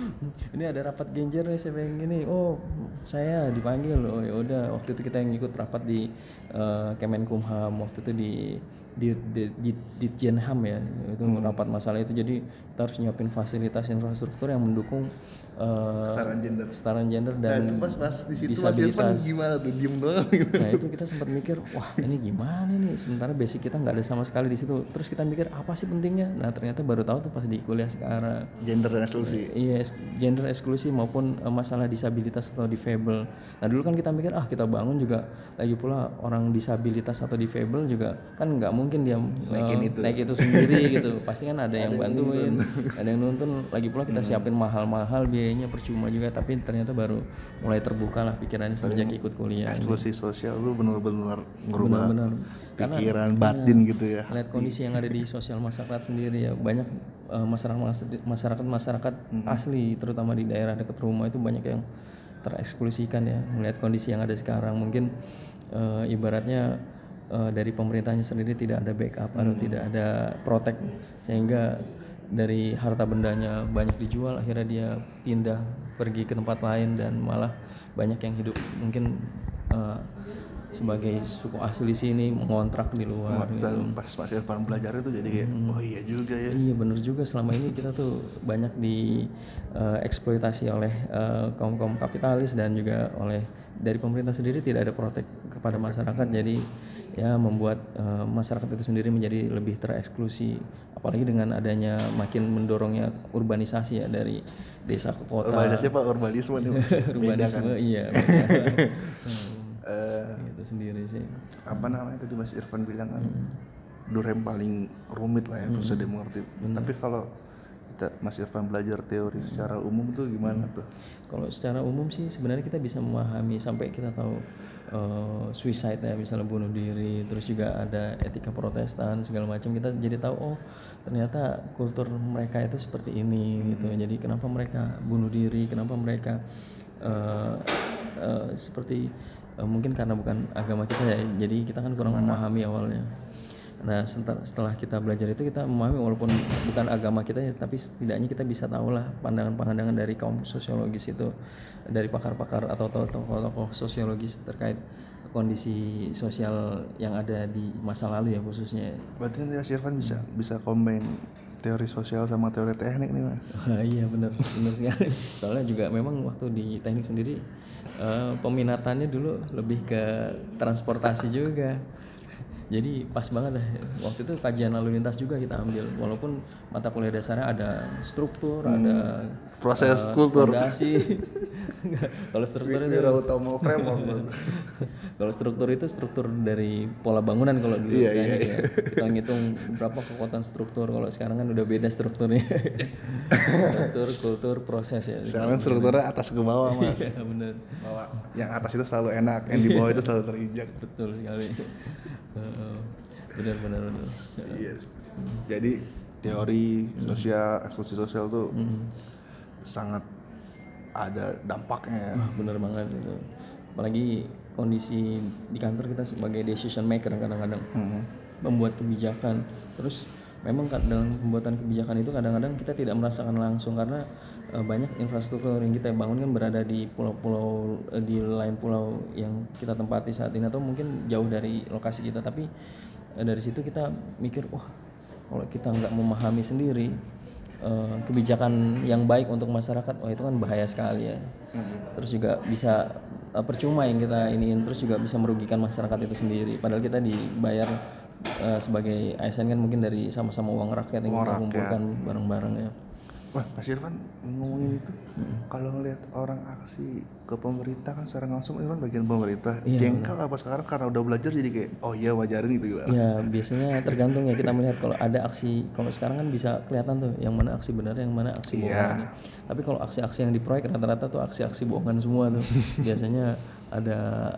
Ini ada rapat genjer nih saya pengen gini. Oh, saya dipanggil. Oh ya udah waktu itu kita yang ikut rapat di uh, Kemenkumham waktu itu di di di di, di Jenham ya itu hmm. rapat masalah itu. Jadi kita harus nyiapin fasilitas infrastruktur yang mendukung uh, kesetaraan gender kesetaraan gender dan nah, itu pas pas di situ Mas Irfan gimana tuh diem doang nah itu kita sempat mikir wah ini gimana nih sementara basic kita nggak ada sama sekali di situ. Terus kita mikir apa sih pentingnya, nah ternyata baru tahu tuh pas di kuliah sekarang gender dan eksklusi. Iya, gender eksklusi maupun uh, masalah disabilitas atau difabel. Nah dulu kan kita mikir ah kita bangun juga lagi pula orang disabilitas atau difabel juga kan nggak mungkin dia uh, itu. naik itu sendiri gitu. Pasti kan ada yang ada bantuin, yang ada yang nuntun. Lagi pula kita siapin hmm. mahal-mahal biayanya percuma juga. Tapi ternyata baru mulai terbuka lah pikirannya sejak ikut kuliah. Eksklusi sosial lu benar-benar ngerubah benar-benar pikiran karena, batin ya, gitu ya. Lihat kondisi yang ada di sosial masyarakat sendiri ya, banyak uh, masyarakat masyarakat masyarakat mm-hmm. asli terutama di daerah dekat rumah itu banyak yang tereksklusikan ya. Melihat kondisi yang ada sekarang mungkin uh, ibaratnya uh, dari pemerintahnya sendiri tidak ada backup mm-hmm. atau tidak ada protect sehingga dari harta bendanya banyak dijual, akhirnya dia pindah pergi ke tempat lain dan malah banyak yang hidup mungkin uh, sebagai suku asli sini mengontrak di luar gitu. Dan pas Mas Irfan belajar itu jadi kayak Hmm. oh iya juga ya. Iya bener juga, selama ini kita tuh banyak di eh, eksploitasi oleh eh, kaum-kaum kapitalis dan juga oleh dari pemerintah sendiri tidak ada protek kepada masyarakat, jadi ya membuat eh, masyarakat itu sendiri menjadi lebih tereksklusi, apalagi dengan adanya makin mendorongnya urbanisasi ya dari desa ke kota. Urbanisasi apa urbanisme nih Mas? Beda Urbanisme kan. iya beda. Hmm, Eh, itu sendiri sih. apa namanya tadi Mas Irfan bilang kan Durkheim paling rumit lah ya susah dimengerti. Tapi kalau kita Mas Irfan belajar teori secara umum tuh gimana tuh? Kalau secara umum sih sebenarnya kita bisa memahami sampai kita tahu eh, suicide ya, misalnya bunuh diri, terus juga ada etika Protestan segala macam, kita jadi tahu oh ternyata kultur mereka itu seperti ini gitu. Jadi kenapa mereka bunuh diri, kenapa mereka eh, eh, seperti eh, mungkin karena bukan agama kita ya, jadi kita kan kurang memahami awalnya. Nah setelah, setelah kita belajar itu kita memahami walaupun bukan agama kita ya, tapi setidaknya kita bisa tahu lah pandangan-pandangan dari kaum sosiologis itu, dari pakar-pakar atau tokoh-tokoh sosiologis terkait kondisi sosial yang ada di masa lalu ya khususnya. Berarti nanti Mas Irfan bisa bisa combine teori sosial sama teori teknik nih Mas. Wah, iya benar benar sekali. Soalnya juga memang waktu di teknik sendiri eh, peminatannya dulu lebih ke transportasi juga. Jadi pas banget dah. Waktu itu kajian lalu lintas juga kita ambil. Walaupun mata kuliah dasarnya ada struktur, ada Proses eh, kultur. fondasi. Enggak, kalau struktur itu Wira utama framework tuh. kalau struktur itu struktur dari pola bangunan kalau dulu Iya, teknik iya, ya. Kita ngitung berapa kekuatan struktur. Kalau sekarang kan udah beda strukturnya. Struktur, kultur, proses ya. Sekarang strukturnya atas ke bawah Mas. Iya benar. Bahwa yang atas itu selalu enak, yang di bawah itu selalu terinjak. Betul sekali. Heeh. benar benar benar. Iya. Jadi teori sosial, eksklusi sosial tuh sangat ada dampaknya ya. Wah, bener banget itu. Apalagi kondisi di kantor kita sebagai decision maker kadang-kadang membuat kebijakan. Terus memang kan dalam pembuatan kebijakan itu kadang-kadang kita tidak merasakan langsung karena eh, banyak infrastruktur yang kita bangun kan berada di pulau-pulau eh, di lain pulau yang kita tempati saat ini atau mungkin jauh dari lokasi kita, tapi eh, dari situ kita mikir wah kalau kita nggak memahami sendiri eh, kebijakan yang baik untuk masyarakat, wah itu kan bahaya sekali ya. Terus juga bisa eh, percuma yang kita iniin, terus juga bisa merugikan masyarakat itu sendiri. Padahal kita dibayar eh, sebagai A S N kan mungkin dari sama-sama uang rakyat yang Uang kita rakyat. kumpulkan bareng-bareng ya. Wah, Mas Irfan ngomongin itu, kalau ngelihat orang aksi ke pemerintah kan secara langsung Irfan bagian pemerintah, Iya, jengkel apa sekarang karena udah belajar jadi kayak oh iya wajarin gitu gimana? Ya biasanya tergantung ya, kita melihat kalau ada aksi, kalau sekarang kan bisa kelihatan tuh yang mana aksi benar, yang mana aksi bohongan. Tapi kalau aksi-aksi yang di proyek rata-rata tuh aksi-aksi bohongan semua tuh. Biasanya ada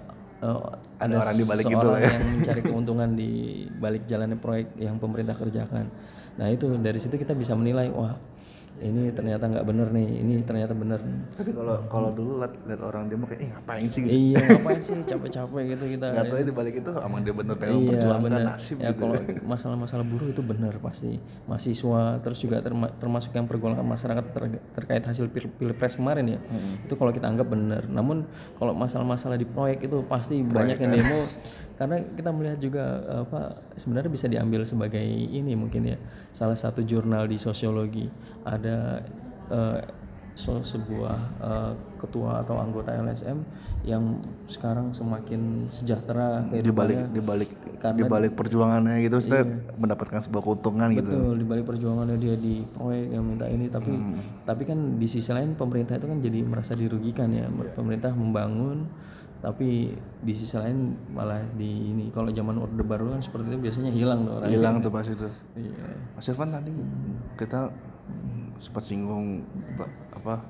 eh, Ada orang di balik itu seseorang ya. yang mencari keuntungan di balik jalannya proyek yang pemerintah kerjakan. Nah itu dari situ kita bisa menilai wah ini ternyata nggak bener nih, ini ternyata bener. Tapi kalau kalau dulu liat, liat orang demo kayak eh ngapain sih gitu? Iya ngapain sih capek-capek gitu kita. Nggak tahu ya di balik itu emang dia bener pengen Iya memperjuangkan bener. nasib Ya gitu. kalau masalah-masalah buruh itu benar pasti. Mahasiswa terus juga terma- termasuk yang pergolakan masyarakat ter- terkait hasil pil- pilpres kemarin ya. Itu kalau kita anggap benar. Namun kalau masalah-masalah di proyek itu pasti banyak yang demo. Karena kita melihat juga apa sebenarnya bisa diambil sebagai ini mungkin ya salah satu jurnal di sosiologi ada eh, so, sebuah eh, ketua atau anggota L S M yang sekarang semakin sejahtera Di balik kehidupannya. di balik Karena- di balik perjuangannya gitu, kita mendapatkan sebuah keuntungan gitu. Betul, di balik perjuangannya dia di proyek yang minta ini, tapi tapi kan di sisi lain pemerintah itu kan jadi merasa dirugikan ya. Pemerintah membangun tapi di sisi lain malah di ini, kalau zaman orde baru kan seperti itu biasanya hilang tuh orang. Hilang tuh pas itu. Iya. Mas Irfan tadi kita sempat singgung ba- apa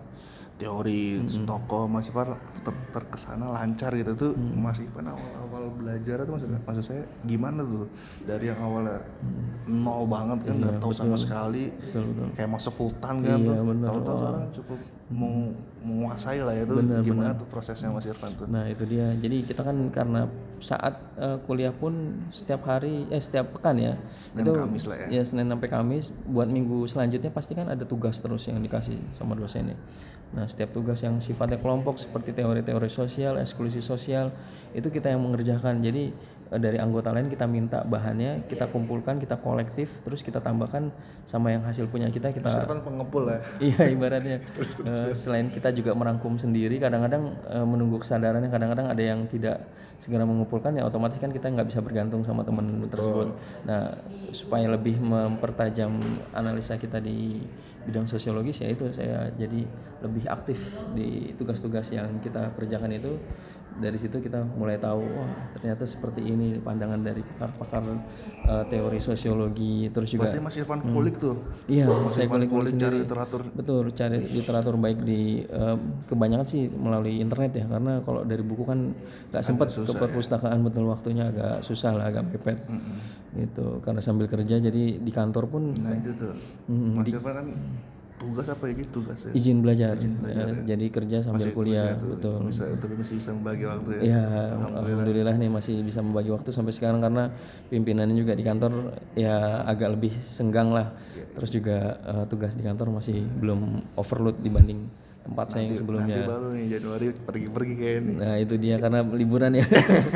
teori tokoh Mas Irfan ter- terkesana lancar gitu tuh. Mas Irfan awal-awal belajar tuh maksud, maksud saya gimana tuh dari yang awalnya nol banget kan nggak tahu sama sekali Betul betul. kayak masuk hutan kan Iya, tuh bener. tahu-tahu Wah. sekarang cukup mau menguasai lah ya itu. Benar, Gimana tuh prosesnya Mas Irfan tuh? Nah itu dia. Jadi kita kan karena saat eh, kuliah pun setiap hari, eh setiap pekan ya. Senin itu Kamis lah ya. ya Senin sampai Kamis. Buat minggu selanjutnya pasti kan ada tugas terus yang dikasih sama dosennya. Nah setiap tugas yang sifatnya kelompok seperti teori-teori sosial, eksklusi sosial itu kita yang mengerjakan. Jadi eh, dari anggota lain kita minta bahannya, kita kumpulkan, kita kolektif, terus kita tambahkan sama yang hasil punya kita kita. Mas Irfan pengepul ya. Iya ibaratnya. Eh, selain kita juga merangkum sendiri, kadang-kadang eh, menunggu kesadarannya, kadang-kadang ada yang tidak segera mengumpulkan ya otomatis kan kita nggak bisa bergantung sama teman tersebut. Nah supaya lebih mempertajam analisa kita di bidang sosiologis ya itu saya jadi lebih aktif di tugas-tugas yang kita kerjakan itu. Dari situ kita mulai tahu wah ternyata seperti ini pandangan dari pakar-pakar uh, teori sosiologi. Terus juga Berarti Mas Irfan kulik tuh. iya Mas saya Irfan kulik kulik cari sendiri. literatur. Betul, cari literatur baik di uh, kebanyakan sih melalui internet ya, karena kalau dari buku kan nggak sempat ke perpustakaan ya. Betul, waktunya agak susah lah, agak mepet mm-hmm. gitu karena sambil kerja jadi di kantor pun. Nah itu tuh mm-hmm. Mas Irfan kan tugas apa ya tugas ya? Izin belajar, izin belajar ya, ya. Jadi kerja sambil masih kuliah tuh, betul bisa, tapi masih bisa membagi waktu ya, ya alhamdulillah. alhamdulillah nih masih bisa membagi waktu sampai sekarang karena pimpinannya juga di kantor ya agak lebih senggang lah ya, terus juga uh, tugas di kantor masih belum overload dibanding tempat nanti, saya yang sebelumnya. Nanti baru nih Januari pergi-pergi kayaknya. Nah itu dia karena liburan ya.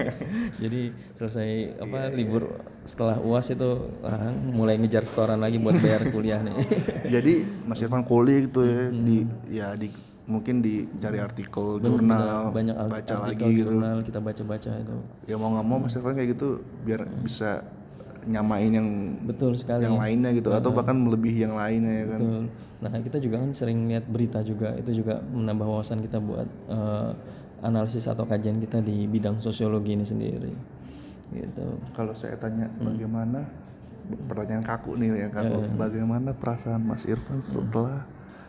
Jadi selesai apa yeah, libur setelah U A S itu ah, mulai ngejar setoran lagi buat bayar kuliah nih. Jadi Mas Irfan kuliah gitu ya hmm. di ya di mungkin dicari artikel bener, jurnal banyak baca artikel lagi jurnal gitu. Kita baca-baca itu. Ya mau nggak mau Mas Irfan kayak gitu biar hmm. bisa nyamain yang betul sekali yang lainnya gitu uh, atau bahkan melebihi yang lainnya ya kan. Betul. Nah kita juga kan sering lihat berita juga, itu juga menambah wawasan kita buat uh, analisis atau kajian kita di bidang sosiologi ini sendiri gitu. Kalau saya tanya hmm. bagaimana pertanyaan kaku nih ya kan, uh, bagaimana perasaan Mas Irfan setelah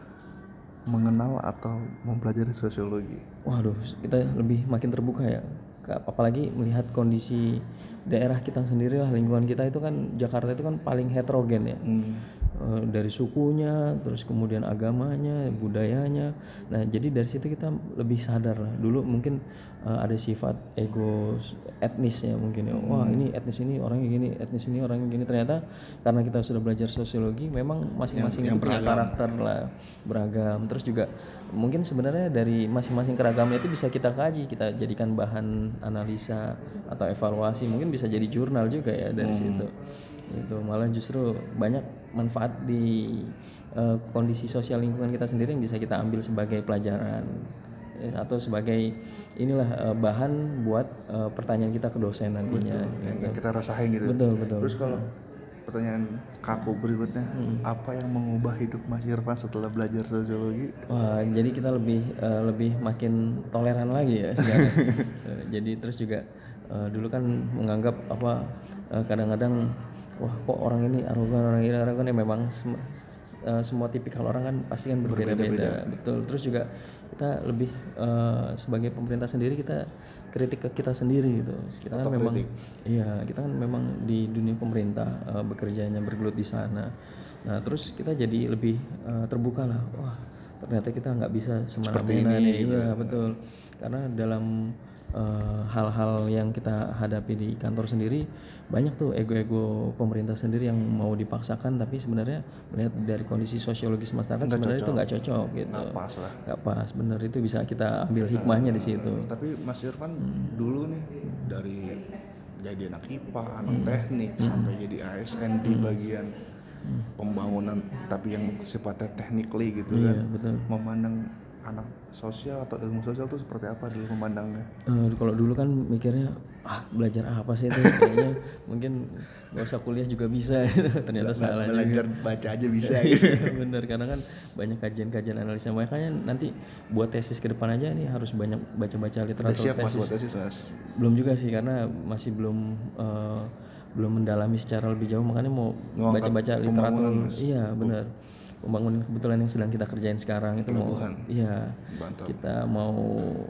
uh, mengenal atau mempelajari sosiologi? Waduh, kita lebih makin terbuka ya, apalagi melihat kondisi daerah kita sendiri lah, lingkungan kita itu kan Jakarta itu kan paling heterogen ya. Hmm. E, dari sukunya, terus kemudian agamanya, budayanya. Nah, jadi dari situ kita lebih sadar lah. Dulu mungkin e, ada sifat ego etnis ya mungkin ya. Wah, ini etnis ini orangnya gini, etnis ini orangnya gini. Ternyata karena kita sudah belajar sosiologi, memang masing-masing yang, yang itu punya karakter lah, beragam. Terus juga mungkin sebenarnya dari masing-masing keragamnya itu bisa kita kaji, kita jadikan bahan analisa atau evaluasi, mungkin bisa jadi jurnal juga ya dari hmm. situ. Itu malah justru banyak manfaat di uh, kondisi sosial lingkungan kita sendiri yang bisa kita ambil sebagai pelajaran ya, atau sebagai inilah uh, bahan buat uh, pertanyaan kita ke dosen nantinya. Betul, gitu. Yang kita rasain gitu. Betul, betul. Terus kalau pertanyaan kaku berikutnya, hmm. apa yang mengubah hidup Mas Irfan setelah belajar sosiologi? Wah, jadi kita lebih uh, lebih makin toleran lagi ya sekarang. uh, jadi terus juga uh, dulu kan menganggap apa uh, kadang-kadang wah kok orang ini arogan, orang ini arogan ya memang sem- uh, semua tipikal orang kan pasti kan berbeda-beda. Betul. Terus juga kita lebih uh, sebagai pemerintah sendiri kita kritik ke kita sendiri gitu. Kita kan memang iya, kita kan memang di dunia pemerintah uh, bekerjanya bergelut di sana. Nah, terus kita jadi lebih uh, terbuka lah. Wah, ternyata kita nggak bisa semena-mena nih. Gitu. Iya, betul. Karena dalam uh, hal-hal yang kita hadapi di kantor sendiri banyak tuh ego-ego pemerintah sendiri yang mau dipaksakan, tapi sebenarnya melihat dari kondisi sosiologis masyarakat nggak sebenarnya cocok. Itu nggak cocok gitu. Nggak pas lah. Nggak pas, bener itu bisa kita ambil hikmahnya nah, di situ. Tapi Mas Irfan hmm. dulu nih dari jadi anak I P A, anak hmm. teknik hmm. sampai jadi A S N di hmm. bagian hmm. pembangunan, tapi yang sifatnya technically gitu iya, kan. Betul. Memandang anak sosial atau ilmu sosial tuh seperti apa dulu memandangnya? Uh, kalau dulu kan mikirnya ah belajar apa sih itu, kayaknya mungkin nggak usah kuliah juga bisa gitu. Ternyata Be- salah belajar juga. Baca aja bisa gitu. Bener, karena kan banyak kajian-kajian analisa, makanya nanti buat tesis ke depan aja nih harus banyak baca-baca literatur. Udah siap tesis. Mas buat tesis Mas? Belum juga sih karena masih belum uh, belum mendalami secara lebih jauh, makanya mau Ngangkat baca-baca literatur. Iya benar. Pembangunan kebetulan yang sedang kita kerjain sekarang itu Pelabuhan. mau iya Bantap. Kita mau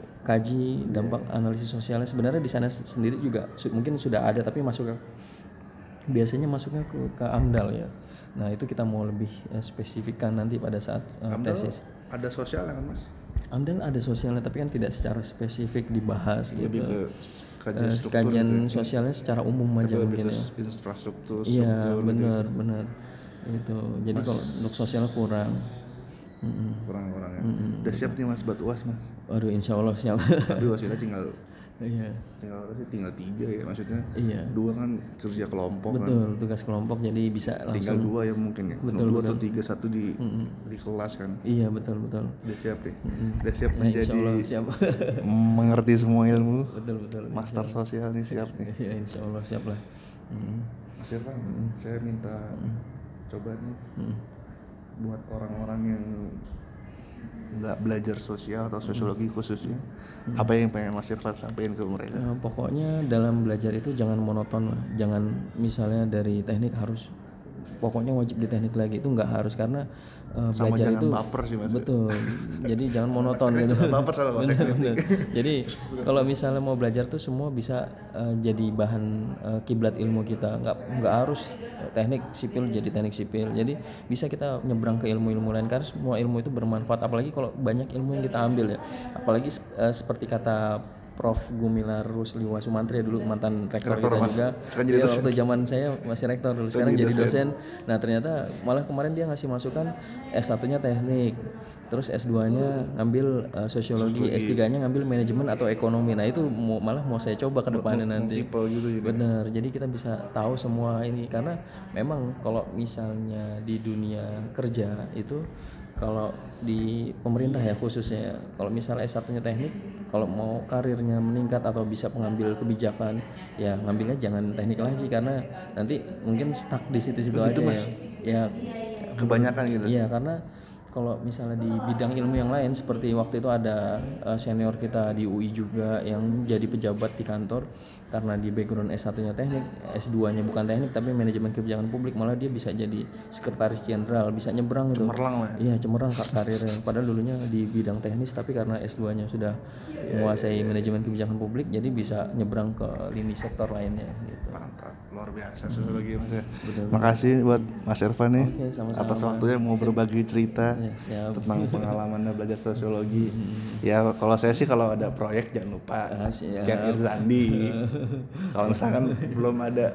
kaji dampak yeah. analisis sosialnya. Sebenarnya di sana sendiri juga su- mungkin sudah ada, tapi masuk ke biasanya masuknya ke, ke AMDAL ya. Nah itu kita mau lebih uh, spesifikkan nanti pada saat uh, tesis. ada sosialnya kan Mas? Amdan ada sosialnya tapi kan tidak secara spesifik dibahas Lebih gitu. ke kajian Eh, struktur kajian gitu ya. sosialnya secara umum aja Lebih mungkin ke ya. infrastruktur, Iya struktur gitu. benar benar itu. Jadi kalau untuk sosial kurang. Mm-mm. Kurang-kurang ya. Udah siap nih Mas buat U A S Mas. Waduh insya Allah siap. Tapi U A S kita tinggal Iya tinggal apa sih? Tinggal tiga ya maksudnya. iya Dua kan kerja kelompok kan. betul tugas kelompok jadi bisa Tinggal langsung. dua ya mungkin ya. Betul, dua betul. atau tiga satu di di kelas kan. Iya betul betul. Udah siap nih. Udah siap Ya, insya menjadi Allah siap. mengerti semua ilmu. betul betul. Master sosial nih siap nih. Iya insya Allah siap lah. Mm. Mas Irfan, saya minta coba nih Mm. buat orang-orang yang nggak belajar sosial atau sosiologi khususnya, apa yang pengen Mas Irfan sampaikan ke mereka? Nah, pokoknya dalam belajar itu jangan monoton lah. Jangan misalnya dari teknik harus pokoknya wajib di teknik lagi, itu nggak harus karena uh, Sama belajar jangan itu baper sih, Mas. betul. Jadi jangan monoton Saya gitu. suka baper soalnya kalau saya Bener, kritik. bener. Jadi kalau misalnya mau belajar tuh semua bisa uh, jadi bahan uh, kiblat ilmu kita. Nggak nggak harus uh, teknik sipil jadi teknik sipil. Jadi bisa kita nyebrang ke ilmu-ilmu lain karena semua ilmu itu bermanfaat. Apalagi kalau banyak ilmu yang kita ambil ya. Apalagi uh, seperti kata Prof Gumilar Rusliwa Sumantri dulu mantan rektor, Rektor, kita Mas. juga. Sekarang jadi Dia dosen. waktu zaman saya masih rektor dulu, sekarang jadi jadi dosen. dosen. Nah ternyata malah kemarin dia ngasih masukan S satunya teknik, terus S duanya ngambil uh, sosiologi, S tiganya ngambil manajemen atau ekonomi. Nah itu mau, malah mau saya coba ke depannya nanti. Multiple gitu jadi. Bener, jadi kita bisa tahu semua ini karena memang kalau misalnya di dunia kerja itu kalau di pemerintah ya khususnya, kalau misalnya S satunya teknik, kalau mau karirnya meningkat atau bisa pengambil kebijakan, ya ngambilnya jangan teknik lagi karena nanti mungkin stuck di situ-situ aja ya. Ya Kebanyakan gitu. iya karena kalau misalnya di bidang ilmu yang lain seperti waktu itu ada uh, senior kita di U I juga yang jadi pejabat di kantor karena di background S satunya teknik, S duanya bukan teknik tapi manajemen kebijakan publik, malah dia bisa jadi sekretaris jenderal, bisa nyebrang gitu. Cemerlang lah. Iya cemerlang kak karirnya, padahal dulunya di bidang teknis tapi karena S duanya sudah menguasai manajemen kebijakan publik jadi bisa nyebrang ke lini sektor lainnya gitu. Mantap, luar biasa sosiologi Mas ya. Makasih buat Mas Irfan nih Oke, sama-sama. atas waktunya mau berbagi cerita Ya, siap. tentang pengalamannya belajar sosiologi. Ya kalau saya sih kalau ada proyek jangan lupa Ah, siap. chat Irzandi. Kalau misalkan belum ada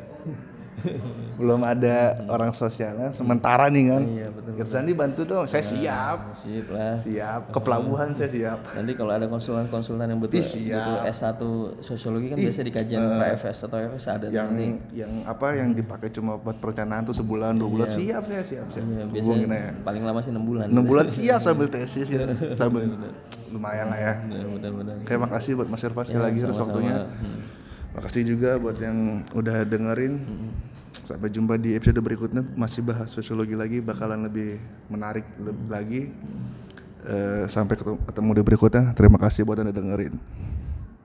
belum ada orang sosialnya sementara nih kan. Iya, betul, Irzandi bantu dong, saya siap. Sip lah. Siap, ke pelabuhan saya siap. Nanti kalau ada konsultan-konsultan yang betul, Ih, siap. betul S satu sosiologi kan biasa di kajian K F S atau F S ada tuh Yang nanti. yang apa yang dipakai cuma buat perencanaan tuh sebulan dua bulan siap saya siap siap. Iya, Hubungin biasanya aja. paling lama sih enam bulan. enam bulan siap sambil tesis ya. Sambil lumayan lah ya. Benar-benar. Oke, makasih buat Mas Irfan sekali Ya, lagi atas sama-sama. waktunya. Hmm. Makasih juga buat yang udah dengerin. Sampai jumpa di episode berikutnya, masih bahas sosiologi lagi, bakalan lebih menarik lebih lagi. Eh, sampai ketemu ketemu di berikutnya. Terima kasih buat Anda dengerin.